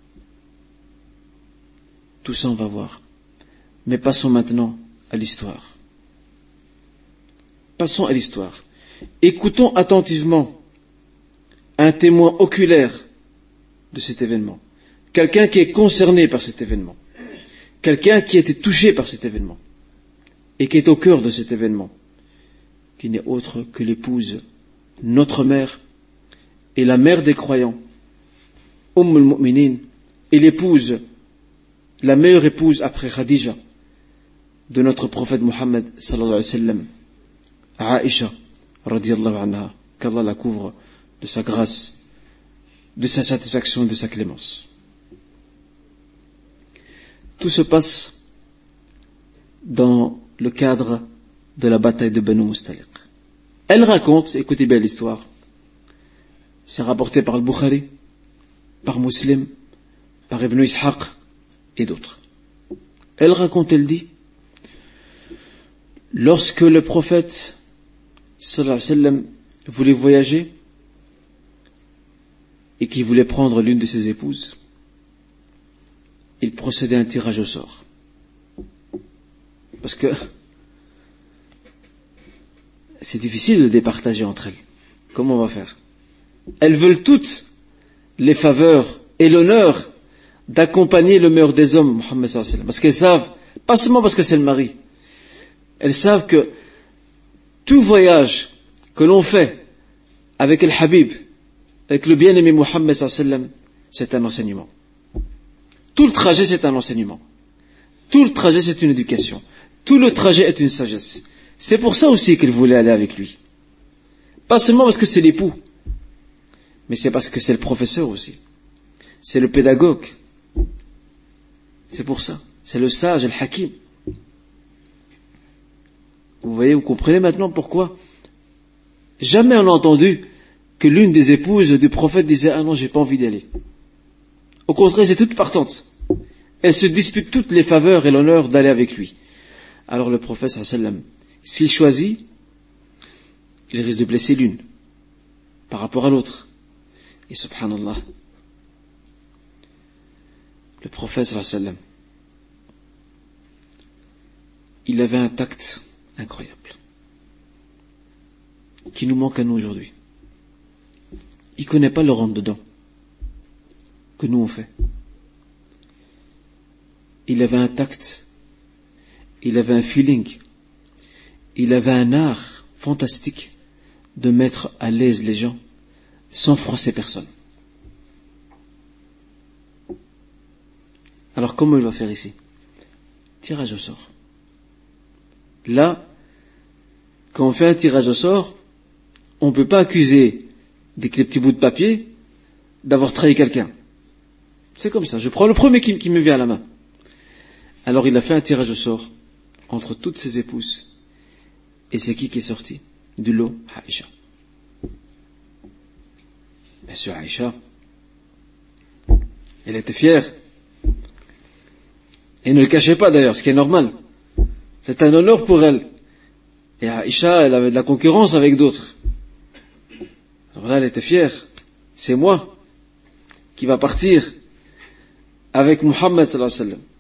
Tout ça on va voir. Mais passons maintenant à l'histoire. Passons à l'histoire. Écoutons attentivement un témoin oculaire de cet événement. Quelqu'un qui est concerné par cet événement. Quelqu'un qui a été touché par cet événement. Et qui est au cœur de cet événement. Qui n'est autre que l'épouse, notre mère, et la mère des croyants, Umm al-Mu'minin, et l'épouse, la meilleure épouse après Khadija, de notre prophète Muhammad sallallahu alayhi wa sallam, Aïcha, radiyallahu anha, qu'Allah la couvre de sa grâce, de sa satisfaction et de sa clémence. Tout se passe dans le cadre de la bataille de Banu Mustaliq. Elle raconte, écoutez bien l'histoire, c'est rapporté par Al-Bukhari, par Muslim, par Ibn Ishaq et d'autres. Elle raconte, elle dit, lorsque le prophète sallallahu alayhi wa sallam voulait voyager et qu'il voulait prendre l'une de ses épouses, il procédait à un tirage au sort. Parce que c'est difficile de départager entre elles. Comment on va faire? Elles veulent toutes les faveurs et l'honneur d'accompagner le meilleur des hommes, Muhammad sallallahu alayhi wa sallam. Parce qu'elles savent, pas seulement parce que c'est le mari, elles savent que tout voyage que l'on fait avec le Habib, avec le bien-aimé Muhammad sallallahu alayhi wa sallam, c'est un enseignement. Tout le trajet, c'est un enseignement. Tout le trajet, c'est une éducation. Tout le trajet est une sagesse. C'est pour ça aussi qu'elle voulait aller avec lui. Pas seulement parce que c'est l'époux, mais c'est parce que c'est le professeur aussi. C'est le pédagogue. C'est pour ça. C'est le sage, le hakim. Vous voyez, vous comprenez maintenant pourquoi jamais on n'a entendu que l'une des épouses du prophète disait « Ah non, j'ai pas envie d'y aller ». Au contraire, c'est toute partante. Elle se dispute toutes les faveurs et l'honneur d'aller avec lui. Alors le prophète sallallahu alayhi wa sallam, s'il choisit, il risque de blesser l'une par rapport à l'autre. Et subhanallah, le prophète sallallahu alayhi wa sallam, il avait un tact incroyable qui nous manque à nous aujourd'hui. Il ne connaît pas le rentre-dedans que nous on fait. Il avait un tact, il avait un feeling, il avait un art fantastique de mettre à l'aise les gens sans froisser personne. Alors comment il va faire ici? Tirage au sort. Là, quand on fait un tirage au sort, on ne peut pas accuser des petits bouts de papier d'avoir trahi quelqu'un. C'est comme ça, je prends le premier qui, qui me vient à la main. Alors il a fait un tirage au sort entre toutes ses épouses Et c'est qui qui est sorti de l'eau? Aïcha. Bien sûr, Aïcha, elle était fière. Et ne le cachait pas d'ailleurs, ce qui est normal. C'est un honneur pour elle. Et Aïcha, elle avait de la concurrence avec d'autres. Alors là, elle était fière. C'est moi qui va partir avec Muhammad sallallahu alayhi wa sallam.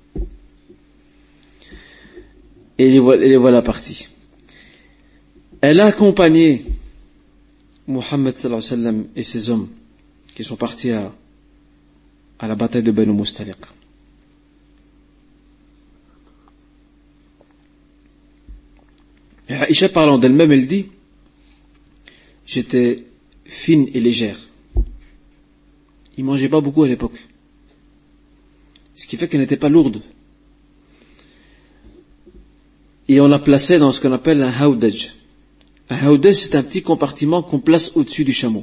Et les voilà, les voilà partis. Elle a accompagné Muhammad sallallahu alayhi wa sallam et ses hommes qui sont partis à, à la bataille de Banu Mustaliq. Et Aïcha, parlant d'elle-même, elle dit: j'étais fine et légère. Il mangeait pas beaucoup à l'époque. Ce qui fait qu'elle n'était pas lourde. Et on la plaçait dans ce qu'on appelle un haoudaj. Un haoudaj, c'est un petit compartiment qu'on place au-dessus du chameau.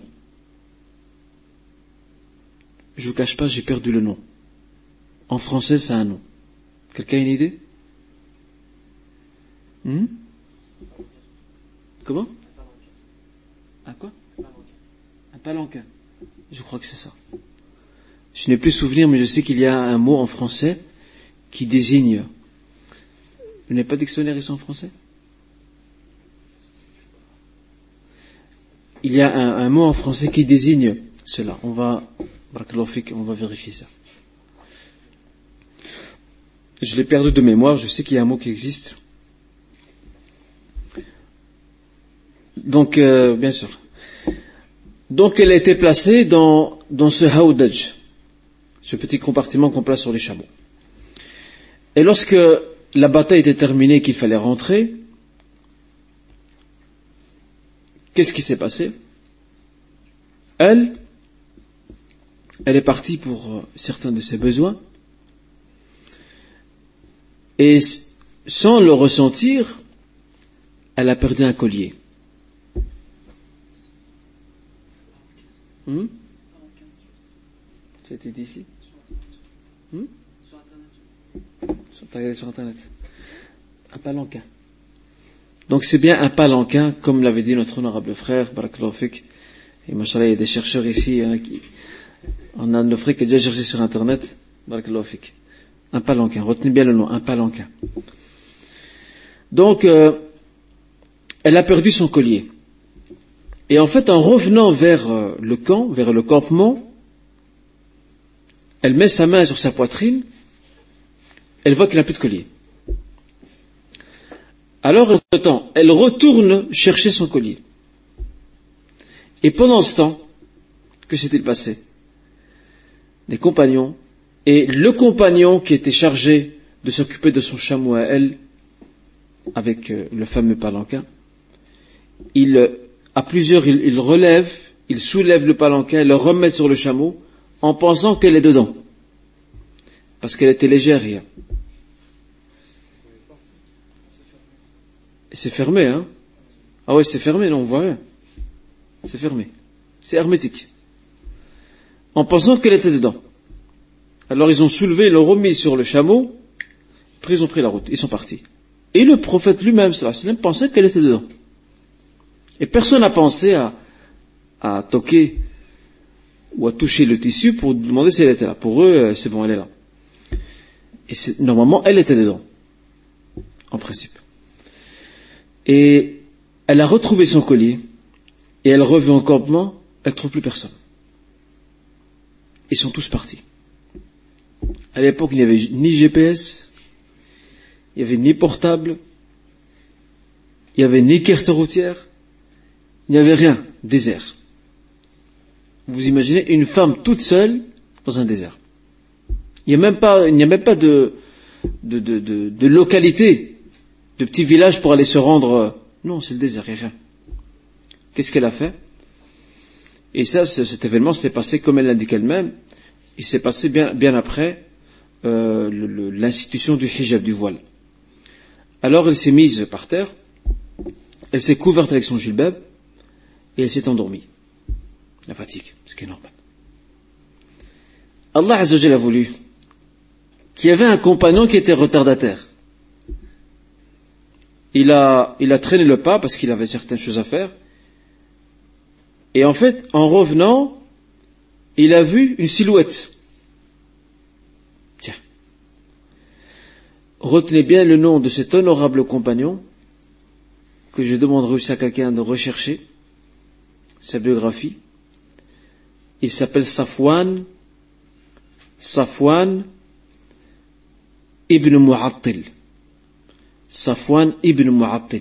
Je vous cache pas, j'ai perdu le nom. En français, ça a un nom. Quelqu'un a une idée? hmm Comment? Un quoi? Un palanquin. Je crois que c'est ça. Je n'ai plus souvenir, mais je sais qu'il y a un mot en français qui désigne. Vous n'avez pas de dictionnaire ici en français? Il y a un, un mot en français qui désigne cela. On va, on va vérifier ça. Je l'ai perdu de mémoire, je sais qu'il y a un mot qui existe. Donc, euh, bien sûr. Donc, elle a été placée dans, dans ce haoudaj, ce petit compartiment qu'on place sur les chameaux. Et lorsque la bataille était terminée, qu'il fallait rentrer, qu'est-ce qui s'est passé? Elle, elle est partie pour euh, certains de ses besoins, et sans le ressentir, elle a perdu un collier. Hmm? Tu as été dit ici? Hmm? Sur Internet. Tu as regardé sur Internet. Un palanquin. Donc c'est bien un palanquin, comme l'avait dit notre honorable frère, Barakallahu Fik. Et machallah, il y a des chercheurs ici, hein, qui, on a nos frères qui ont déjà cherché sur Internet, Barakallahu Fik. Un palanquin, retenez bien le nom, un palanquin. Donc, euh, elle a perdu son collier. Et en fait, en revenant vers euh, le camp, vers le campement, elle met sa main sur sa poitrine, elle voit qu'elle n'a plus de collier. Alors, entre-temps, elle retourne chercher son collier. Et pendant ce temps, que s'est-il passé? Les compagnons, et le compagnon qui était chargé de s'occuper de son chameau à elle, avec euh, le fameux palanquin, il, à plusieurs, il, il relève, il soulève le palanquin, il le remet sur le chameau, en pensant qu'elle est dedans. Parce qu'elle était légère hier. C'est fermé, hein? Ah ouais, c'est fermé, non, on voit rien. C'est fermé. C'est hermétique. En pensant qu'elle était dedans. Alors ils ont soulevé, ils l'ont remis sur le chameau, puis ils ont pris la route, ils sont partis. Et le prophète lui-même, sallallahu alayhi wa sallam, pensait qu'elle était dedans. Et personne n'a pensé à, à toquer ou à toucher le tissu pour demander si elle était là. Pour eux, c'est bon, elle est là. Et c'est, normalement, elle était dedans. En principe. Et elle a retrouvé son collier, et elle revient au campement, elle ne trouve plus personne. Ils sont tous partis. À l'époque, il n'y avait ni G P S, il n'y avait ni portable, il n'y avait ni carte routière, il n'y avait rien, désert. Vous imaginez une femme toute seule dans un désert. Il n'y a même pas, il n'y a même pas de, de, de, de, de localité, de petit village pour aller se rendre. Non, c'est le désert, il n'y a rien. Qu'est-ce qu'elle a fait? Et ça, cet événement s'est passé comme elle l'indique elle-même. Il s'est passé bien, bien après euh, le, le, l'institution du hijab, du voile. Alors elle s'est mise par terre, elle s'est couverte avec son jilbab et elle s'est endormie. La fatigue, ce qui est normal. Allah Azza wa Jalla a voulu qu'il y avait un compagnon qui était retardataire. il a, il a traîné le pas parce qu'il avait certaines choses à faire. Et en fait, en revenant, il a vu une silhouette. Tiens. Retenez bien le nom de cet honorable compagnon, que je demanderai aussi à quelqu'un de rechercher sa biographie. Il s'appelle Safwan, Safwan ibn Mu'attil. Safwan ibn Mu'attil.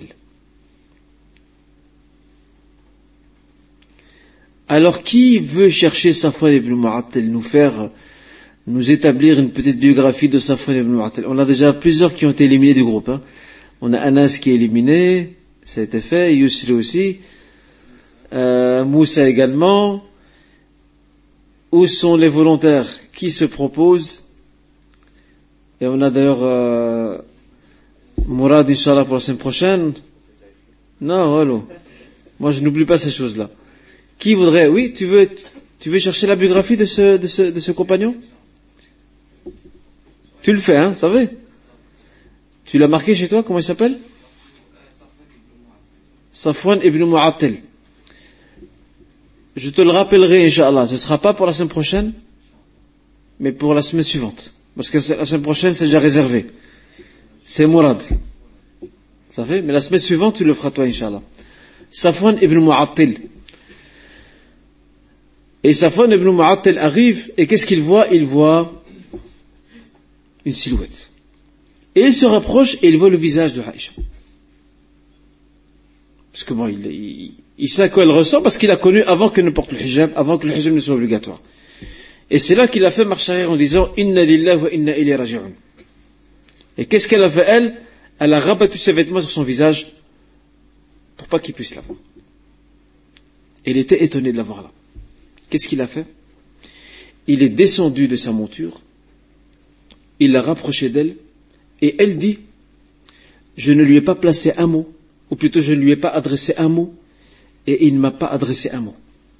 Alors, qui veut chercher Safwan ibn Mu'attil, nous faire, nous établir une petite biographie de Safwan ibn Mu'attil? On a déjà plusieurs qui ont été éliminés du groupe. Hein. On a Anas qui est éliminé, ça a été fait, Yusri aussi, euh, Moussa également. Où sont les volontaires qui se proposent? Et on a d'ailleurs euh, Mourad, Inch'Allah, pour la semaine prochaine. Non, voilà. Moi, je n'oublie pas ces choses-là. Qui voudrait? Oui, tu veux, tu veux chercher la biographie de ce, de ce, de ce compagnon? Tu le fais, hein, ça va? Tu l'as marqué chez toi? Comment il s'appelle? Safwan ibn Mu'attil. Je te le rappellerai, Inch'Allah. Ce ne sera pas pour la semaine prochaine, mais pour la semaine suivante. Parce que la semaine prochaine, c'est déjà réservé. C'est Mourad. Ça fait? Mais la semaine suivante, tu le feras toi, Inch'Allah. Safwan ibn Mu'attil. Et Safwan ibn Mu'attil arrive, et qu'est-ce qu'il voit? Il voit une silhouette. Et il se rapproche, et il voit le visage de Aïcha. Parce que bon, il... il Il sait à quoi elle ressent parce qu'il a connu avant qu'elle ne porte le hijab, avant que le hijab ne soit obligatoire. Et c'est là qu'il a fait marche arrière en disant Inna lillahi wa inna ilayhi raji'un. Et qu'est-ce qu'elle a fait elle? Elle a rabattu ses vêtements sur son visage pour pas qu'il puisse la voir. Et il était étonné de la voir là. Qu'est-ce qu'il a fait? Il est descendu de sa monture, il l'a rapproché d'elle, et elle dit je ne lui ai pas placé un mot, ou plutôt je ne lui ai pas adressé un mot, et il ne m'a pas adressé un mot.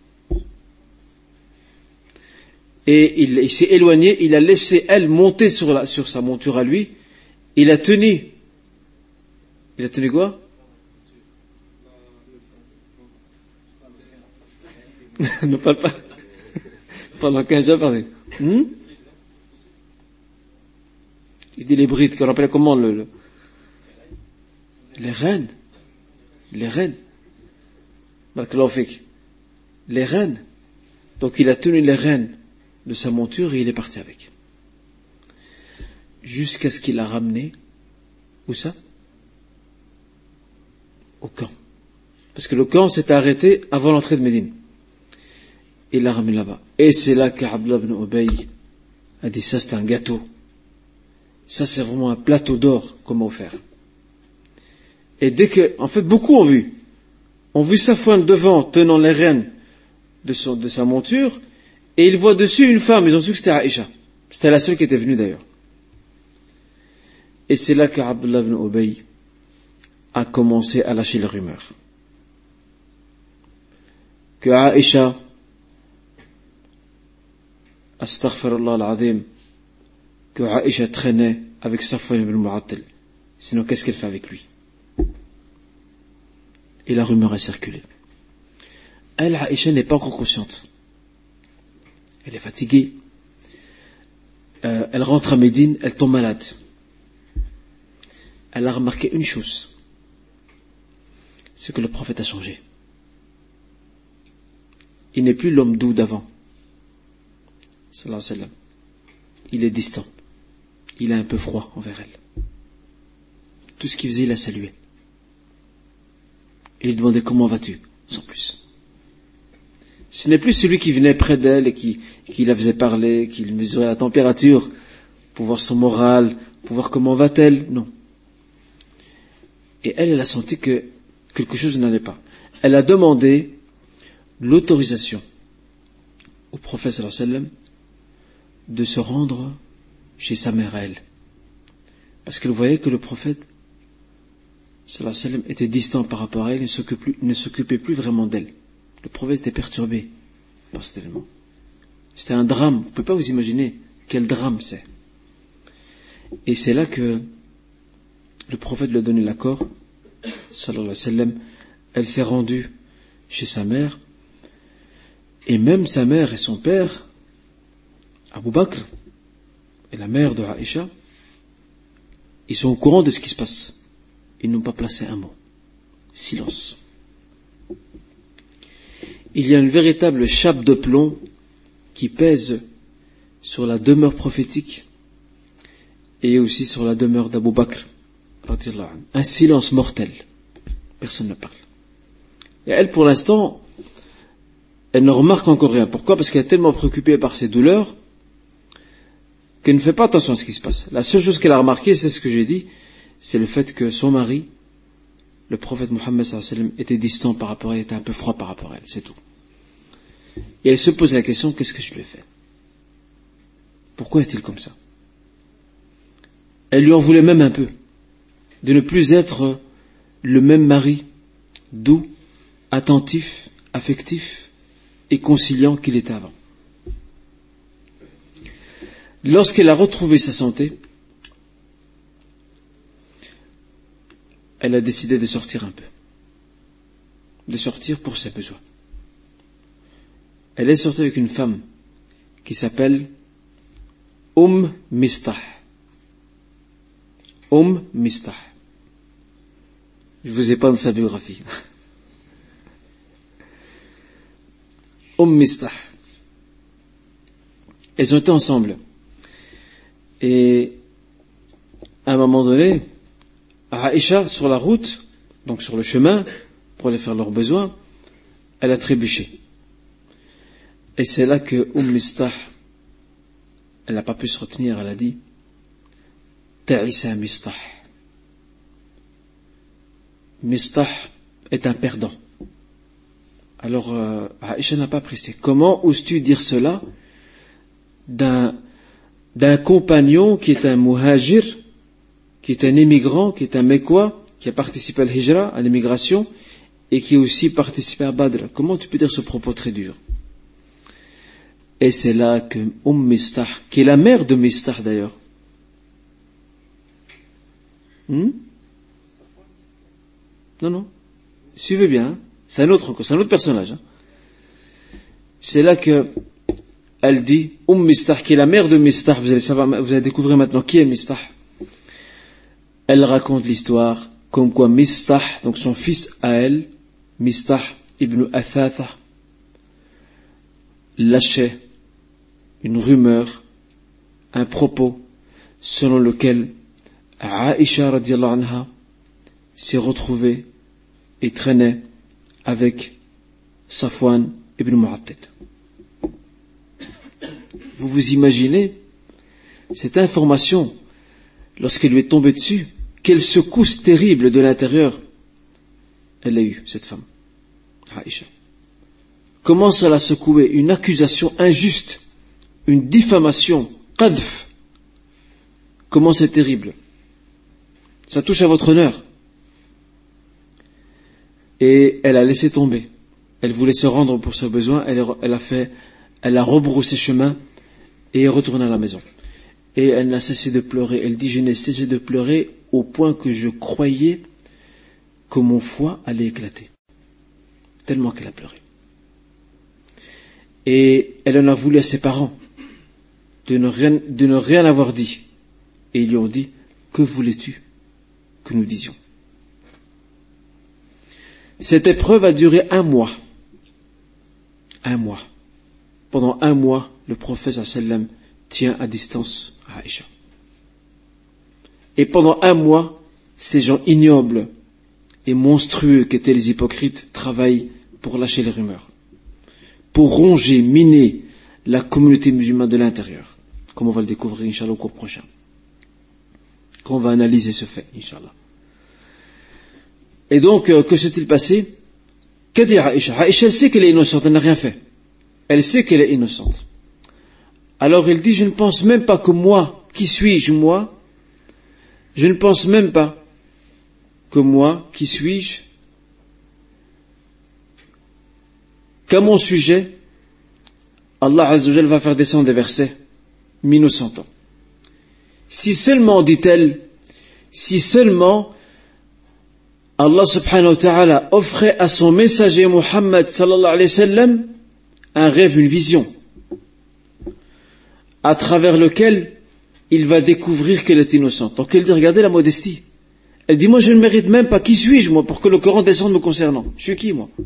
Et il, il s'est éloigné, il a laissé elle monter sur, la, sur sa monture à lui, il a tenu. Il a tenu quoi? Ne parle pas. Pendant quinze jours, parlez. Hmm? Il dit les brides, qu'on rappelle comment le, le, les reines. Les reines. Les rênes. Donc il a tenu les rênes de sa monture et il est parti avec. Jusqu'à ce qu'il a ramené, où ça? Au camp. Parce que le camp s'était arrêté avant l'entrée de Médine. Il l'a ramené là-bas. Et c'est là qu'Abdullah ibn Ubay a dit ça c'est un gâteau. Ça c'est vraiment un plateau d'or qu'on m'a offert. Et dès que, en fait beaucoup ont vu. On vu Safwan devant, tenant les rênes de, son, de sa monture, et ils voient dessus une femme, ils ont su que c'était Aïcha. C'était la seule qui était venue d'ailleurs. Et c'est là qu'Abdullah ibn Ubay a commencé à lâcher les rumeurs. Que Aïcha, astaghfirullah al-azim, que Aïcha traînait avec Safwan ibn Mu'attil. Sinon, qu'est-ce qu'elle fait avec lui? Et la rumeur a circulé. Elle, Aïcha, n'est pas encore consciente. Elle est fatiguée. Euh, elle rentre à Médine, elle tombe malade. Elle a remarqué une chose. C'est que le prophète a changé. Il n'est plus l'homme doux d'avant. Sallallahu alayhi wa sallam. Il est distant. Il est un peu froid envers elle. Tout ce qu'il faisait, il a salué. Et il demandait comment vas-tu, sans plus. Ce n'est plus celui qui venait près d'elle et qui, qui la faisait parler, qui mesurait la température pour voir son moral, pour voir comment va-t-elle. Non. Et elle, elle a senti que quelque chose n'allait pas. Elle a demandé l'autorisation au prophète sallallahu alayhi wa sallam de se rendre chez sa mère à elle. Parce qu'elle voyait que le prophète sallallahu alayhi wa sallam était distant par rapport à elle, il ne s'occupait plus vraiment d'elle. Le prophète était perturbé par cet événement. C'était un drame, vous ne pouvez pas vous imaginer quel drame c'est. Et c'est là que le prophète lui a donné l'accord sallallahu alayhi wa sallam, elle s'est rendue chez sa mère, et même sa mère et son père, Abu Bakr, et la mère de Aïcha, ils sont au courant de ce qui se passe. Ils n'ont pas placé un mot. Silence. Il y a une véritable chape de plomb qui pèse sur la demeure prophétique et aussi sur la demeure d'Abu Bakr. Un silence mortel. Personne ne parle. Et elle, pour l'instant, elle ne remarque encore rien. Pourquoi ? Parce qu'elle est tellement préoccupée par ses douleurs qu'elle ne fait pas attention à ce qui se passe. La seule chose qu'elle a remarqué, c'est ce que j'ai dit, c'est le fait que son mari, le prophète Mohammed sallallahu alayhi wa sallam, était distant par rapport à elle, était un peu froid par rapport à elle, c'est tout. Et elle se pose la question, qu'est-ce que je lui ai fait ? Pourquoi est-il comme ça ? Elle lui en voulait même un peu, de ne plus être le même mari, doux, attentif, affectif et conciliant qu'il était avant. Lorsqu'elle a retrouvé sa santé, elle a décidé de sortir un peu, de sortir pour ses besoins. Elle est sortie avec une femme qui s'appelle Umm Mistah. Umm Mistah. Je vous épargne sa biographie. Umm Mistah. Elles ont été ensemble. Et à un moment donné, Aïcha, sur la route, donc sur le chemin, pour aller faire leurs besoins, elle a trébuché. Et c'est là que Umm Mistah, elle n'a pas pu se retenir, elle a dit Ta'isa Mistah. Mistah est un perdant. Alors euh, Aïcha n'a pas apprécié. Comment oses-tu dire cela d'un, d'un compagnon qui est un muhajir, qui est un émigrant, qui est un Mekwa, qui a participé à l'Hijra, à l'immigration, et qui a aussi participé à Badr. Comment tu peux dire ce propos très dur ? Et c'est là que Umm Mistah, qui est la mère de Mistah d'ailleurs, hmm? non, non, suivez bien, hein? c'est un autre, c'est un autre personnage. Hein? C'est là que elle dit, Umm Mistah, qui est la mère de Mistah, vous allez savoir, vous allez découvrir maintenant qui est Mistah. Elle raconte l'histoire comme quoi Mistah, donc son fils à elle, Mistah ibn Athatha, lâchait une rumeur, un propos selon lequel Aïcha radiallahu anha s'est retrouvée et traînait avec Safwan ibn Mu'attal. Vous vous imaginez cette information, lorsqu'elle lui est tombée dessus, quelle secousse terrible de l'intérieur elle a eue, cette femme, Aïcha. Comment ça l'a secoué? Une accusation injuste, une diffamation, qadf. Comment c'est terrible. Ça touche à votre honneur. Et elle a laissé tomber. Elle voulait se rendre pour ses besoins, elle, elle a fait, elle a rebroussé chemin et est retournée à la maison. Et elle n'a cessé de pleurer. Elle dit, je n'ai cessé de pleurer au point que je croyais que mon foie allait éclater. Tellement qu'elle a pleuré. Et elle en a voulu à ses parents de ne rien, de ne rien avoir dit. Et ils lui ont dit, que voulais-tu que nous disions? Cette épreuve a duré un mois. Un mois. Pendant un mois, le prophète sallallahu alayhi wa sallam tient à distance Aïcha. Et pendant un mois, ces gens ignobles et monstrueux qu'étaient les hypocrites travaillent pour lâcher les rumeurs, pour ronger, miner la communauté musulmane de l'intérieur, comme on va le découvrir, Inch'Allah, au cours prochain, quand on va analyser ce fait, Inch'Allah. Et donc, euh, que s'est-il passé? Qu'a dit Aïcha? Aïcha, elle sait qu'elle est innocente, elle n'a rien fait. Elle sait qu'elle est innocente. Alors elle dit, je ne pense même pas que moi, qui suis-je moi? Je ne pense même pas que moi, qui suis-je? Qu'à mon sujet, Allah Azza wa Jal va faire descendre des versets m'innocentants. Si seulement, dit-elle, si seulement Allah subhanahu wa ta'ala offrait à son messager Muhammad sallallahu alayhi wa sallam un rêve, une vision, à travers lequel il va découvrir qu'elle est innocente. Donc elle dit, regardez la modestie. Elle dit, moi je ne mérite même pas, qui suis-je moi pour que le Coran descende me concernant? Je suis qui moi?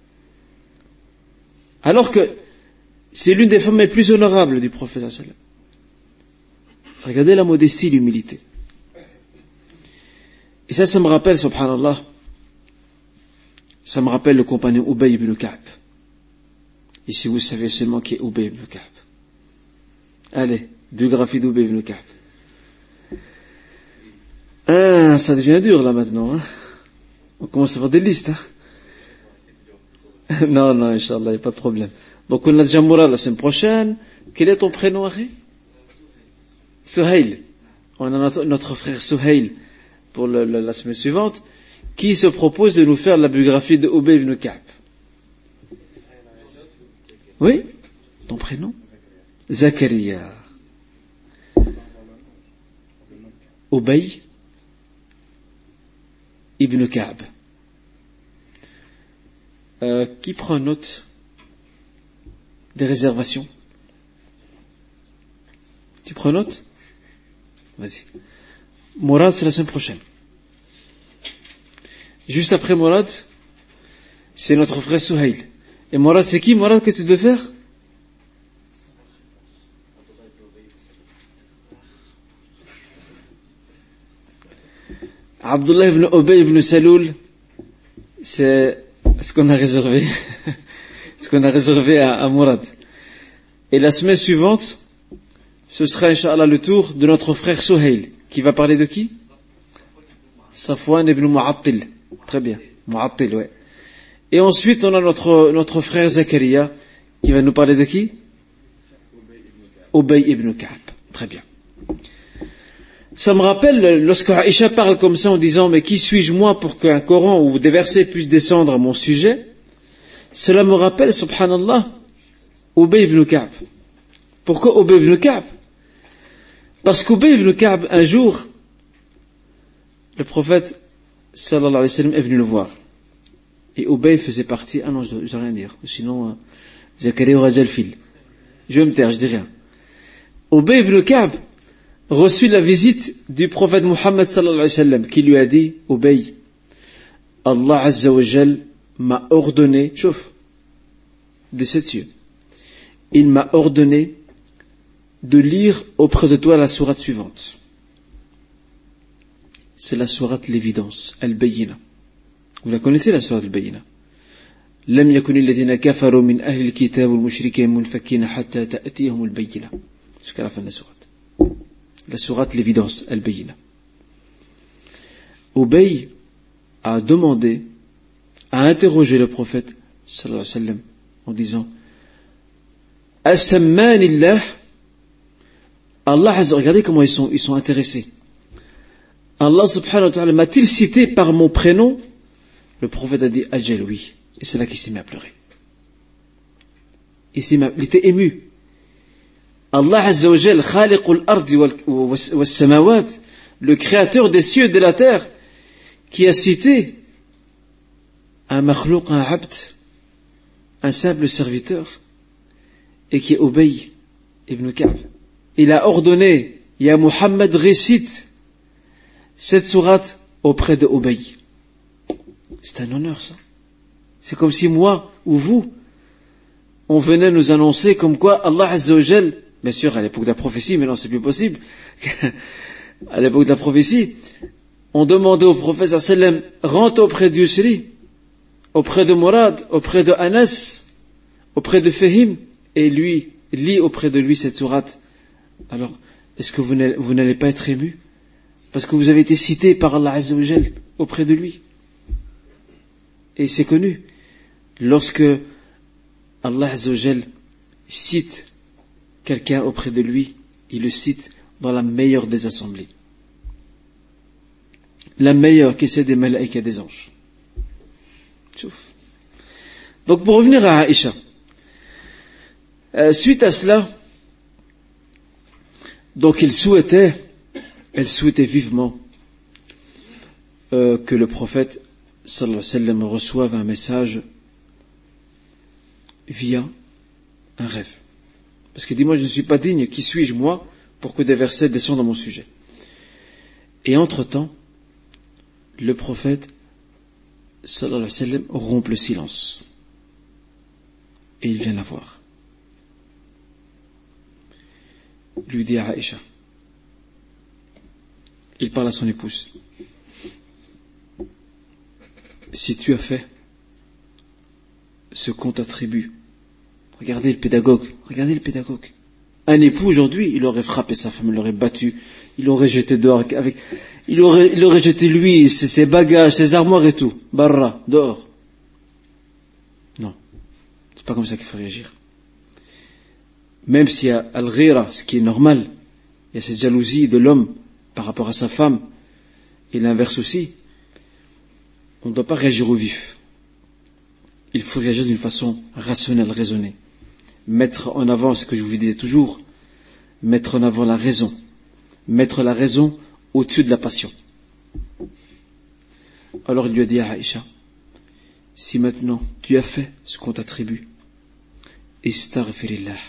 Alors que c'est l'une des femmes les plus honorables du prophète sallallahu alayhi wa sallam. Regardez la modestie, l'humilité. Et ça, ça me rappelle, subhanallah, ça me rappelle le compagnon Ubay ibn Ka'b. Et si vous savez seulement qui est Ubay ibn Ka'b. Allez, biographie d'Ubay ibn Ka'b. Ah, ça devient dur là maintenant. Hein. On commence à faire des listes. Hein. non, non, Inch'Allah, il n'y a pas de problème. Donc on a déjà Mourad la semaine prochaine. Quel est ton prénom, Harry? Suhail. On a notre, notre frère Suhail pour le, le, la semaine suivante, qui se propose de nous faire la biographie de Ubay ibn Ka'b. Oui? Ton prénom? Zakaria. Ubay ibn Ka'b. Euh, qui prend note des réservations? Tu prends note? Vas-y. Mourad, c'est la semaine prochaine. Juste après Mourad, c'est notre frère Suhail. Et Mourad, c'est qui, Mourad, que tu devais faire? Abdullah ibn Ubay ibn Saloul, c'est ce qu'on a réservé, ce qu'on a réservé à, à Mourad. Et la semaine suivante, ce sera, Inch'Allah, le tour de notre frère Suhail, qui va parler de qui? Safwan ibn Mu'attil. Très bien. Mu'attil, ouais. Et ensuite, on a notre, notre frère Zakaria, qui va nous parler de qui? Ubay ibn Ka'b. Très bien. Ça me rappelle, lorsque Aïcha parle comme ça en disant, mais qui suis-je moi pour qu'un Coran ou des versets puissent descendre à mon sujet? Cela me rappelle, subhanallah, Ubay ibn Ka'b. Pourquoi Ubay ibn Ka'b? Parce qu'Ubay ibn Ka'b, un jour, le prophète sallallahu alayhi wa sallam est venu le voir. Et Ubay faisait partie, ah non, je ne dois rien dire, sinon, euh, Zakaria aura déjà le fil. Je vais me taire, je dis rien. Ubay ibn Ka'b reçut la visite du prophète Muhammad sallallahu alayhi wa sallam, qui lui a dit, Ubay, Allah azza wa jal m'a ordonné, chauffe, de ses yeux, il m'a ordonné de lire auprès de toi la sourate suivante. C'est la sourate l'évidence, Al-Bayyina. Vous la connaissez, la sourate Al-Bayyina? لم يكن الذين كفروا من أهل الكتاب والمشركين منفكين حتى تأتيهم البينة. Jusqu'à la fin de la sourate. La sourate l'évidence, Al-Bayyina. Ubay a demandé, a interrogé le prophète sallallahu alayhi wa sallam en disant, As-sammanillah, Allah Azza, regardez comment ils sont, ils sont intéressés. Allah subhanahu wa ta'ala m'a-t-il cité par mon prénom? Le prophète a dit, Ajal, oui. Et c'est là qu'il s'est mis à pleurer. Il s'est mis à, il était ému. Allah Azza wa Jal, khaliqul ardi wal samawat, le créateur des cieux et de la terre, qui a cité un makhlouq, un abd, un simple serviteur, et qui est Ubay ibn Ka'b. Il a ordonné, Ya Muhammad, récite cette sourate auprès de Ubay. C'est un honneur, ça. C'est comme si moi ou vous, on venait nous annoncer comme quoi Allah Azza wa Jal, bien sûr à l'époque de la prophétie, mais non, c'est plus possible. À l'époque de la prophétie, on demandait au prophète sallallahu alayhi wa sallam, rentre auprès d'Yusri, auprès de Mourad, auprès de Anas, auprès de Fahim, et lui, lit auprès de lui cette sourate. Alors, est-ce que vous n'allez, vous n'allez pas être ému? Parce que vous avez été cité par Allah Azza wa Jal auprès de lui. Et c'est connu. Lorsque Allah Azza wa Jal cite quelqu'un auprès de lui, il le cite dans la meilleure des assemblées. La meilleure qui c'est des malaïkas, des anges. Donc pour revenir à Aïcha, euh, suite à cela, donc il souhaitait, elle souhaitait vivement euh, que le prophète sallallahu alayhi wa sallam reçoive un message via un rêve. Parce qu'il dit, moi je ne suis pas digne, qui suis-je moi pour que des versets descendent dans mon sujet? Et entre-temps, le prophète sallallahu alayhi wa sallam rompt le silence. Et il vient la voir. Il lui dit à Aïcha, il parle à son épouse, si tu as fait ce qu'on t'attribue, regardez le pédagogue, regardez le pédagogue. Un époux aujourd'hui, il aurait frappé sa femme, il l'aurait battu, il l'aurait jeté dehors avec, il aurait, il aurait jeté lui, ses, ses bagages, ses armoires et tout. Barra, dehors. Non. C'est pas comme ça qu'il faut réagir. Même s'il y a al-ghira, ce qui est normal, il y a cette jalousie de l'homme par rapport à sa femme, et l'inverse aussi, on ne doit pas réagir au vif. Il faut réagir d'une façon rationnelle, raisonnée. Mettre en avant ce que je vous disais toujours, mettre en avant la raison, mettre la raison au-dessus de la passion. Alors il lui a dit à Aïcha, si maintenant tu as fait ce qu'on t'attribue, istaghfirillah,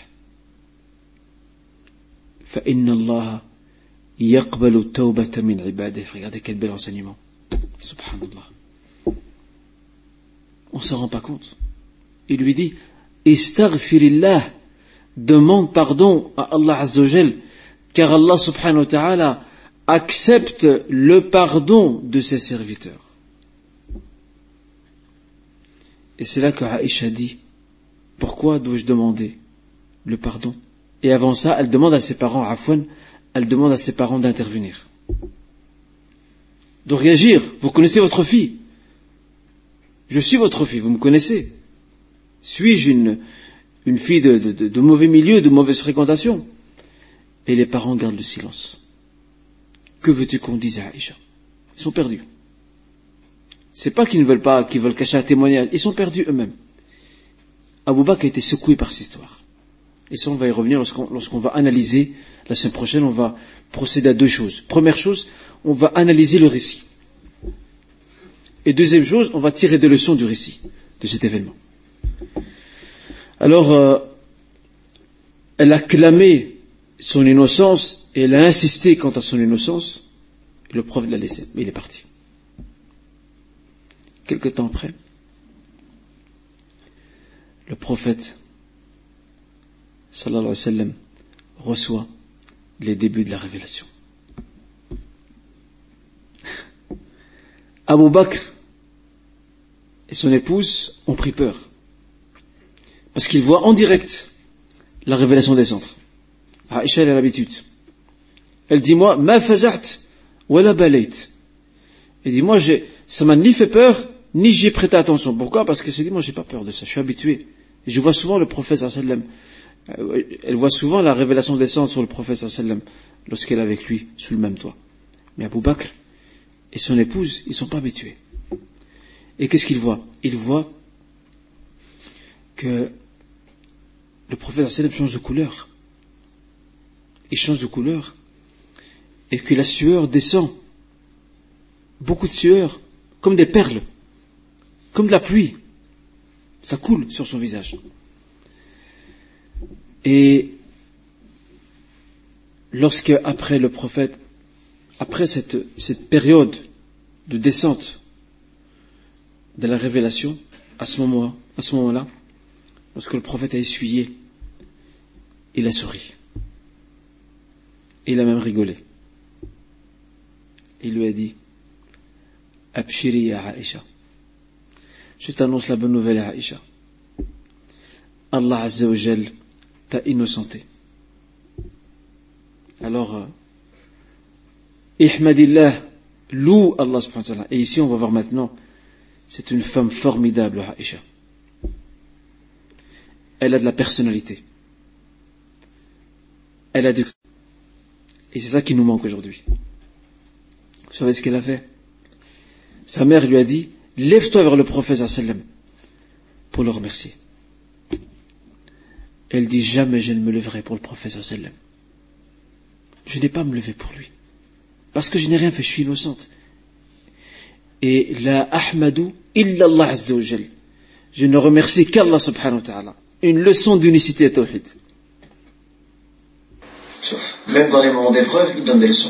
fa inna Allah yaqbalu tawbata min ibadihi. Regardez quel bel enseignement. Subhanallah. On ne s'en rend pas compte. Il lui dit, istaghfirillah, demande pardon à Allah Azza wa Jal, car Allah subhanahu wa ta'ala accepte le pardon de ses serviteurs. Et c'est là que Aïcha dit, pourquoi dois-je demander le pardon? Et avant ça, elle demande à ses parents, Afwan, elle demande à ses parents d'intervenir. De réagir. Vous connaissez votre fille. Je suis votre fille, vous me connaissez. Suis-je une, une fille de, de, de, de mauvais milieu, de mauvaise fréquentation? Et les parents gardent le silence. Que veux-tu qu'on dise à Aïcha? Ils sont perdus. C'est pas qu'ils ne veulent pas, qu'ils veulent cacher un témoignage. Ils sont perdus eux-mêmes. Abu Bakr a été secoué par cette histoire. Et ça, on va y revenir lorsqu'on, lorsqu'on va analyser. La semaine prochaine, on va procéder à deux choses. Première chose, on va analyser le récit. Et deuxième chose, on va tirer des leçons du récit, de cet événement. Alors, euh, elle a clamé son innocence et elle a insisté quant à son innocence. Et le prophète l'a laissé, mais il est parti. Quelque temps après, le prophète, sallallahu alayhi wa sallam, reçoit les débuts de la révélation. Abu Bakr et son épouse ont pris peur. Parce qu'ils voient en direct la révélation descendre. Aïcha, elle a l'habitude. Elle dit, moi, ma faza't, wala balayt. Elle dit, moi, j'ai, ça m'a ni fait peur, ni j'y ai prêté attention. Pourquoi? Parce qu'elle s'est dit, moi, j'ai pas peur de ça, je suis habitué. Et je vois souvent le prophète, sallallahu alayhi wa sallam, elle voit souvent la révélation descendre sur le prophète, sallallahu alayhi wa sallam, lorsqu'elle est avec lui, sous le même toit. Mais Abu Bakr et son épouse, ils ne sont pas habitués. Et qu'est-ce qu'ils voient? Ils voient que le prophète sallallahu alayhi wa sallam change de couleur. Il change de couleur. Et que la sueur descend. Beaucoup de sueur, comme des perles, comme de la pluie. Ça coule sur son visage. Et lorsque, après le prophète, après cette, cette période de descente de la révélation, à ce moment, à ce moment-là, lorsque le prophète a essuyé, il a souri. Il a même rigolé. Il lui a dit, Abshiri ya Aïcha. Je t'annonce la bonne nouvelle à Aïcha. Allah Azza wa Jal t'a innocenté. Alors, Ihmadillah, loue Allah subhanahu wa ta'ala. Et ici, on va voir maintenant, c'est une femme formidable, Aïcha. Elle a de la personnalité. Elle a de... Et c'est ça qui nous manque aujourd'hui. Vous savez ce qu'elle a fait? Sa mère lui a dit, lève-toi vers le prophète sallallahu alayhi wa sallam pour le remercier. Elle dit, jamais je ne me lèverai pour le prophète sallallahu alayhi wa sallam. Je n'ai pas à me lever pour lui. Parce que je n'ai rien fait, je suis innocente. Et la ahmadu illa Allah azza wa jal. Je ne remercie qu'Allah subhanahu wa ta'ala. Une leçon d'unicité tawhid. Sauf, même dans les moments d'épreuve, il donne des leçons.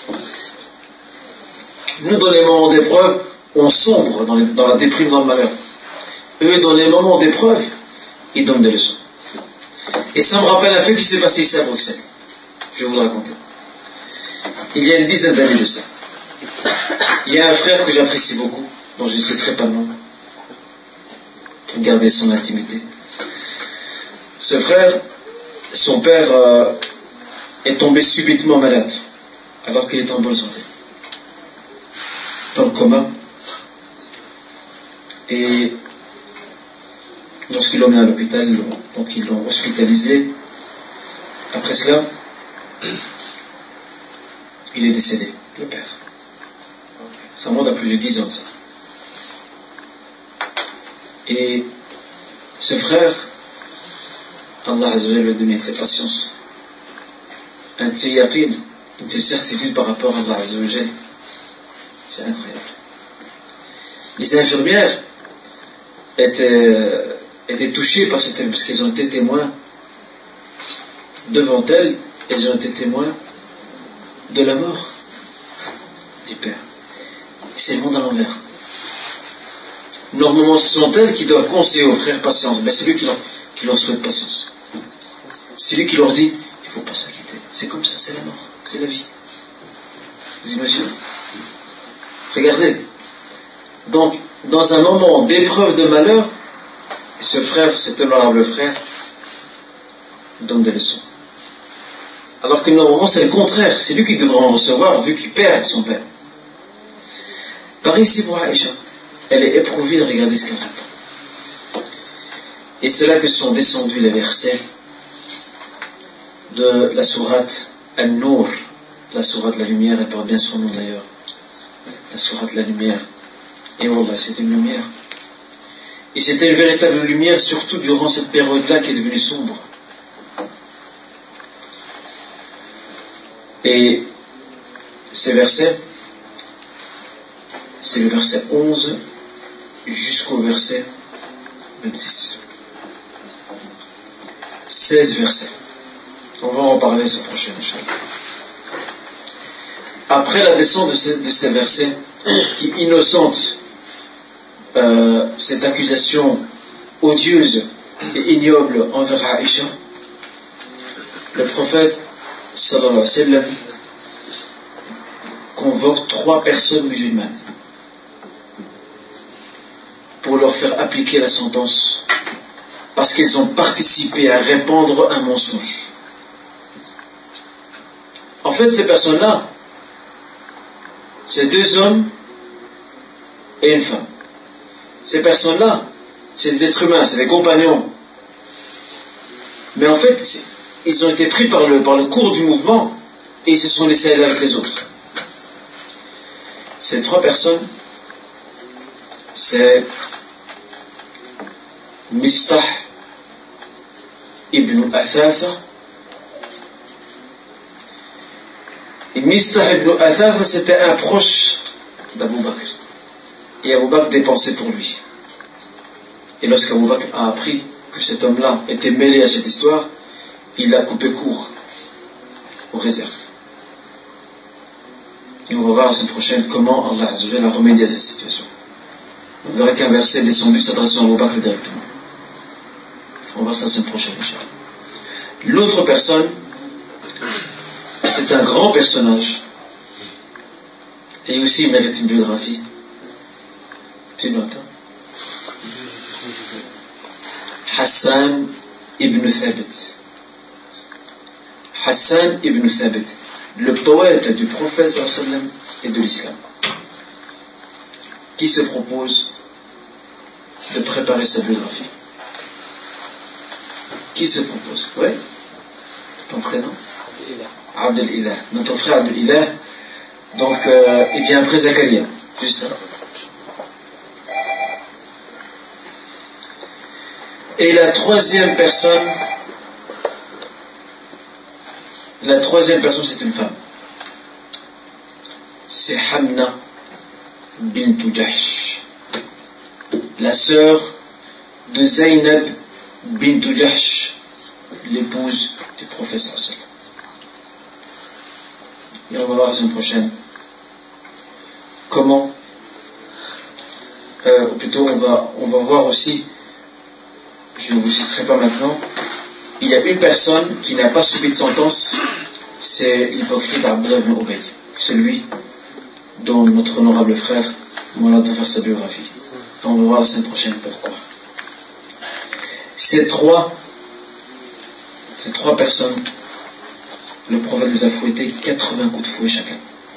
Nous, dans les moments d'épreuve, on sombre dans, les, dans la déprime, dans le malheur. Eux, dans les moments d'épreuve, ils donnent des leçons. Et ça me rappelle un fait qui s'est passé ici à Bruxelles. Je vais vous le raconter. Il y a une dizaine d'années de ça. Il y a un frère que j'apprécie beaucoup, dont je ne citerai pas le nom, pour garder son intimité. Ce frère, son père euh, est tombé subitement malade, alors qu'il était en bonne santé. Dans le coma. Et lorsqu'ils l'ont mis à l'hôpital, donc ils l'ont hospitalisé. Après cela, il est décédé, le père. Ça remonte à plus de dix ans, ça. Et ce frère, Allah Azza wa Jalla lui a donné de cette patience, un petit yaqin, une telle certitude par rapport à Allah Azza wa Jalla. C'est incroyable. Les infirmières étaient, étaient touchées par cette, parce qu'elles ont été témoins devant elles, elles ont été témoins de la mort du père. C'est le monde à l'envers. Normalement, ce sont elles qui doivent conseiller aux frères patience. Mais c'est lui qui leur, qui leur souhaite patience. C'est lui qui leur dit, il ne faut pas s'inquiéter. C'est comme ça, c'est la mort, c'est la vie. Vous imaginez? Regardez. Donc, dans un moment d'épreuve, de malheur, ce frère, cet honorable frère, donne des leçons. Alors que normalement, c'est le contraire. C'est lui qui devrait en recevoir, vu qu'il perd son père. Pareil ici pour Aïcha. Elle est éprouvée de regarder ce qu'elle répond. Et c'est là que sont descendus les versets de la sourate An-Nur, la sourate de la lumière, elle porte bien son nom d'ailleurs. La sourate de la lumière. Et voilà, c'était une lumière. Et c'était une véritable lumière, surtout durant cette période-là qui est devenue sombre. Et ces versets, c'est le verset onze jusqu'au verset vingt-six. seize versets. On va en parler ce prochain, Inch'Allah. Après la descente de ces, de ces versets qui innocentent euh, cette accusation odieuse et ignoble envers Aïcha, le prophète sallallahu alayhi wa sallam convoque trois personnes musulmanes pour leur faire appliquer la sentence parce qu'ils ont participé à répandre un mensonge. En fait, ces personnes-là, c'est deux hommes et une femme. Ces personnes-là, c'est des êtres humains, c'est des compagnons. Mais en fait, ils ont été pris par le, par le cours du mouvement et ils se sont laissés aller avec les autres. Ces trois personnes, c'est Mistah ibn Athatha. Et Mistah ibn Athatha, c'était un proche d'Abu Bakr. Et Abu Bakr dépensait pour lui. Et lorsqu'Abu Bakr a appris que cet homme-là était mêlé à cette histoire, il a coupé court aux réserves. Et on va voir la semaine prochaine comment Allah Azza wa Jalla a remédié à cette situation. On verra qu'un verset est descendu s'adressant à Abu Bakr directement. On va voir ça la semaine prochaine, Inch'Allah. L'autre personne, c'est un grand personnage. Et aussi il mérite une biographie. Tu notes, hein? Hassan ibn Thabit. Hassan ibn Thabit, le poète du prophète sallallahu alayhi wa sallam et de l'islam, qui se propose de préparer sa biographie. Qui se propose? Oui? Ton prénom? Abdel Ilah. Notre frère Abdel Ilah. Donc, euh, il vient après Zakaria. Juste ça. Et la troisième personne, la troisième personne, c'est une femme. C'est Hamna bint Jahsh, la sœur de Zaynab bint Jahsh, l'épouse du prophète sallallahu alayhi wa sallam. Et on va voir la semaine prochaine comment, euh, ou plutôt on va, on va voir aussi, je ne vous citerai pas maintenant, il y a une personne qui n'a pas subi de sentence, c'est l'hypocrite Abdullah ibn Ubay, celui dont notre honorable frère Moulad va faire sa biographie. On va voir la semaine prochaine pourquoi. Ces trois, ces trois personnes, le prophète les a fouettés quatre-vingts coups de fouet chacun.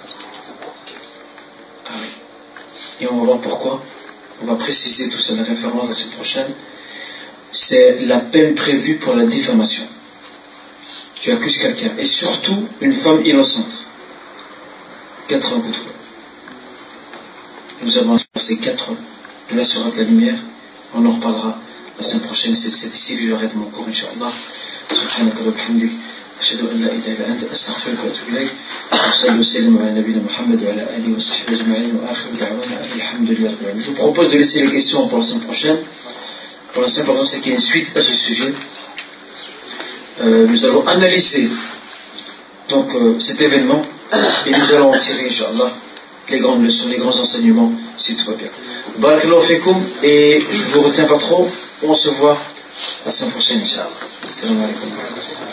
Ah oui. Et on va voir pourquoi. On va préciser tout ça, la référence la semaine prochaine. C'est la peine prévue pour la diffamation. Tu accuses quelqu'un, et surtout une femme innocente. quatre-vingts coups de fouet. Nous avons ces quatre de la sourate de la lumière. On en reparlera la semaine prochaine. C'est, c'est ici que j'arrête mon cours, Inch'Allah. سبحانك اللهم وبحمدك أشهد أن لا إله إلا أنت أستغفرك وأتوب إليك وصلى وسلم على نبينا محمد وعلى آله وصحبه أجمعين وآخر دعوانا الحمد لله رب العالمين. Je vous propose de laisser les questions pour la semaine prochaine. Pour la simple raison, c'est qu'il y a une suite à ce sujet. Euh, nous allons analyser donc euh, cet événement et nous allons en tirer, Inch'Allah, les grandes leçons, les grands enseignements, si tout va bien. Barakallahu fikum, et je ne vous retiens pas trop, on se voit la semaine prochaine, Inch'Allah. Assalamu alaikum.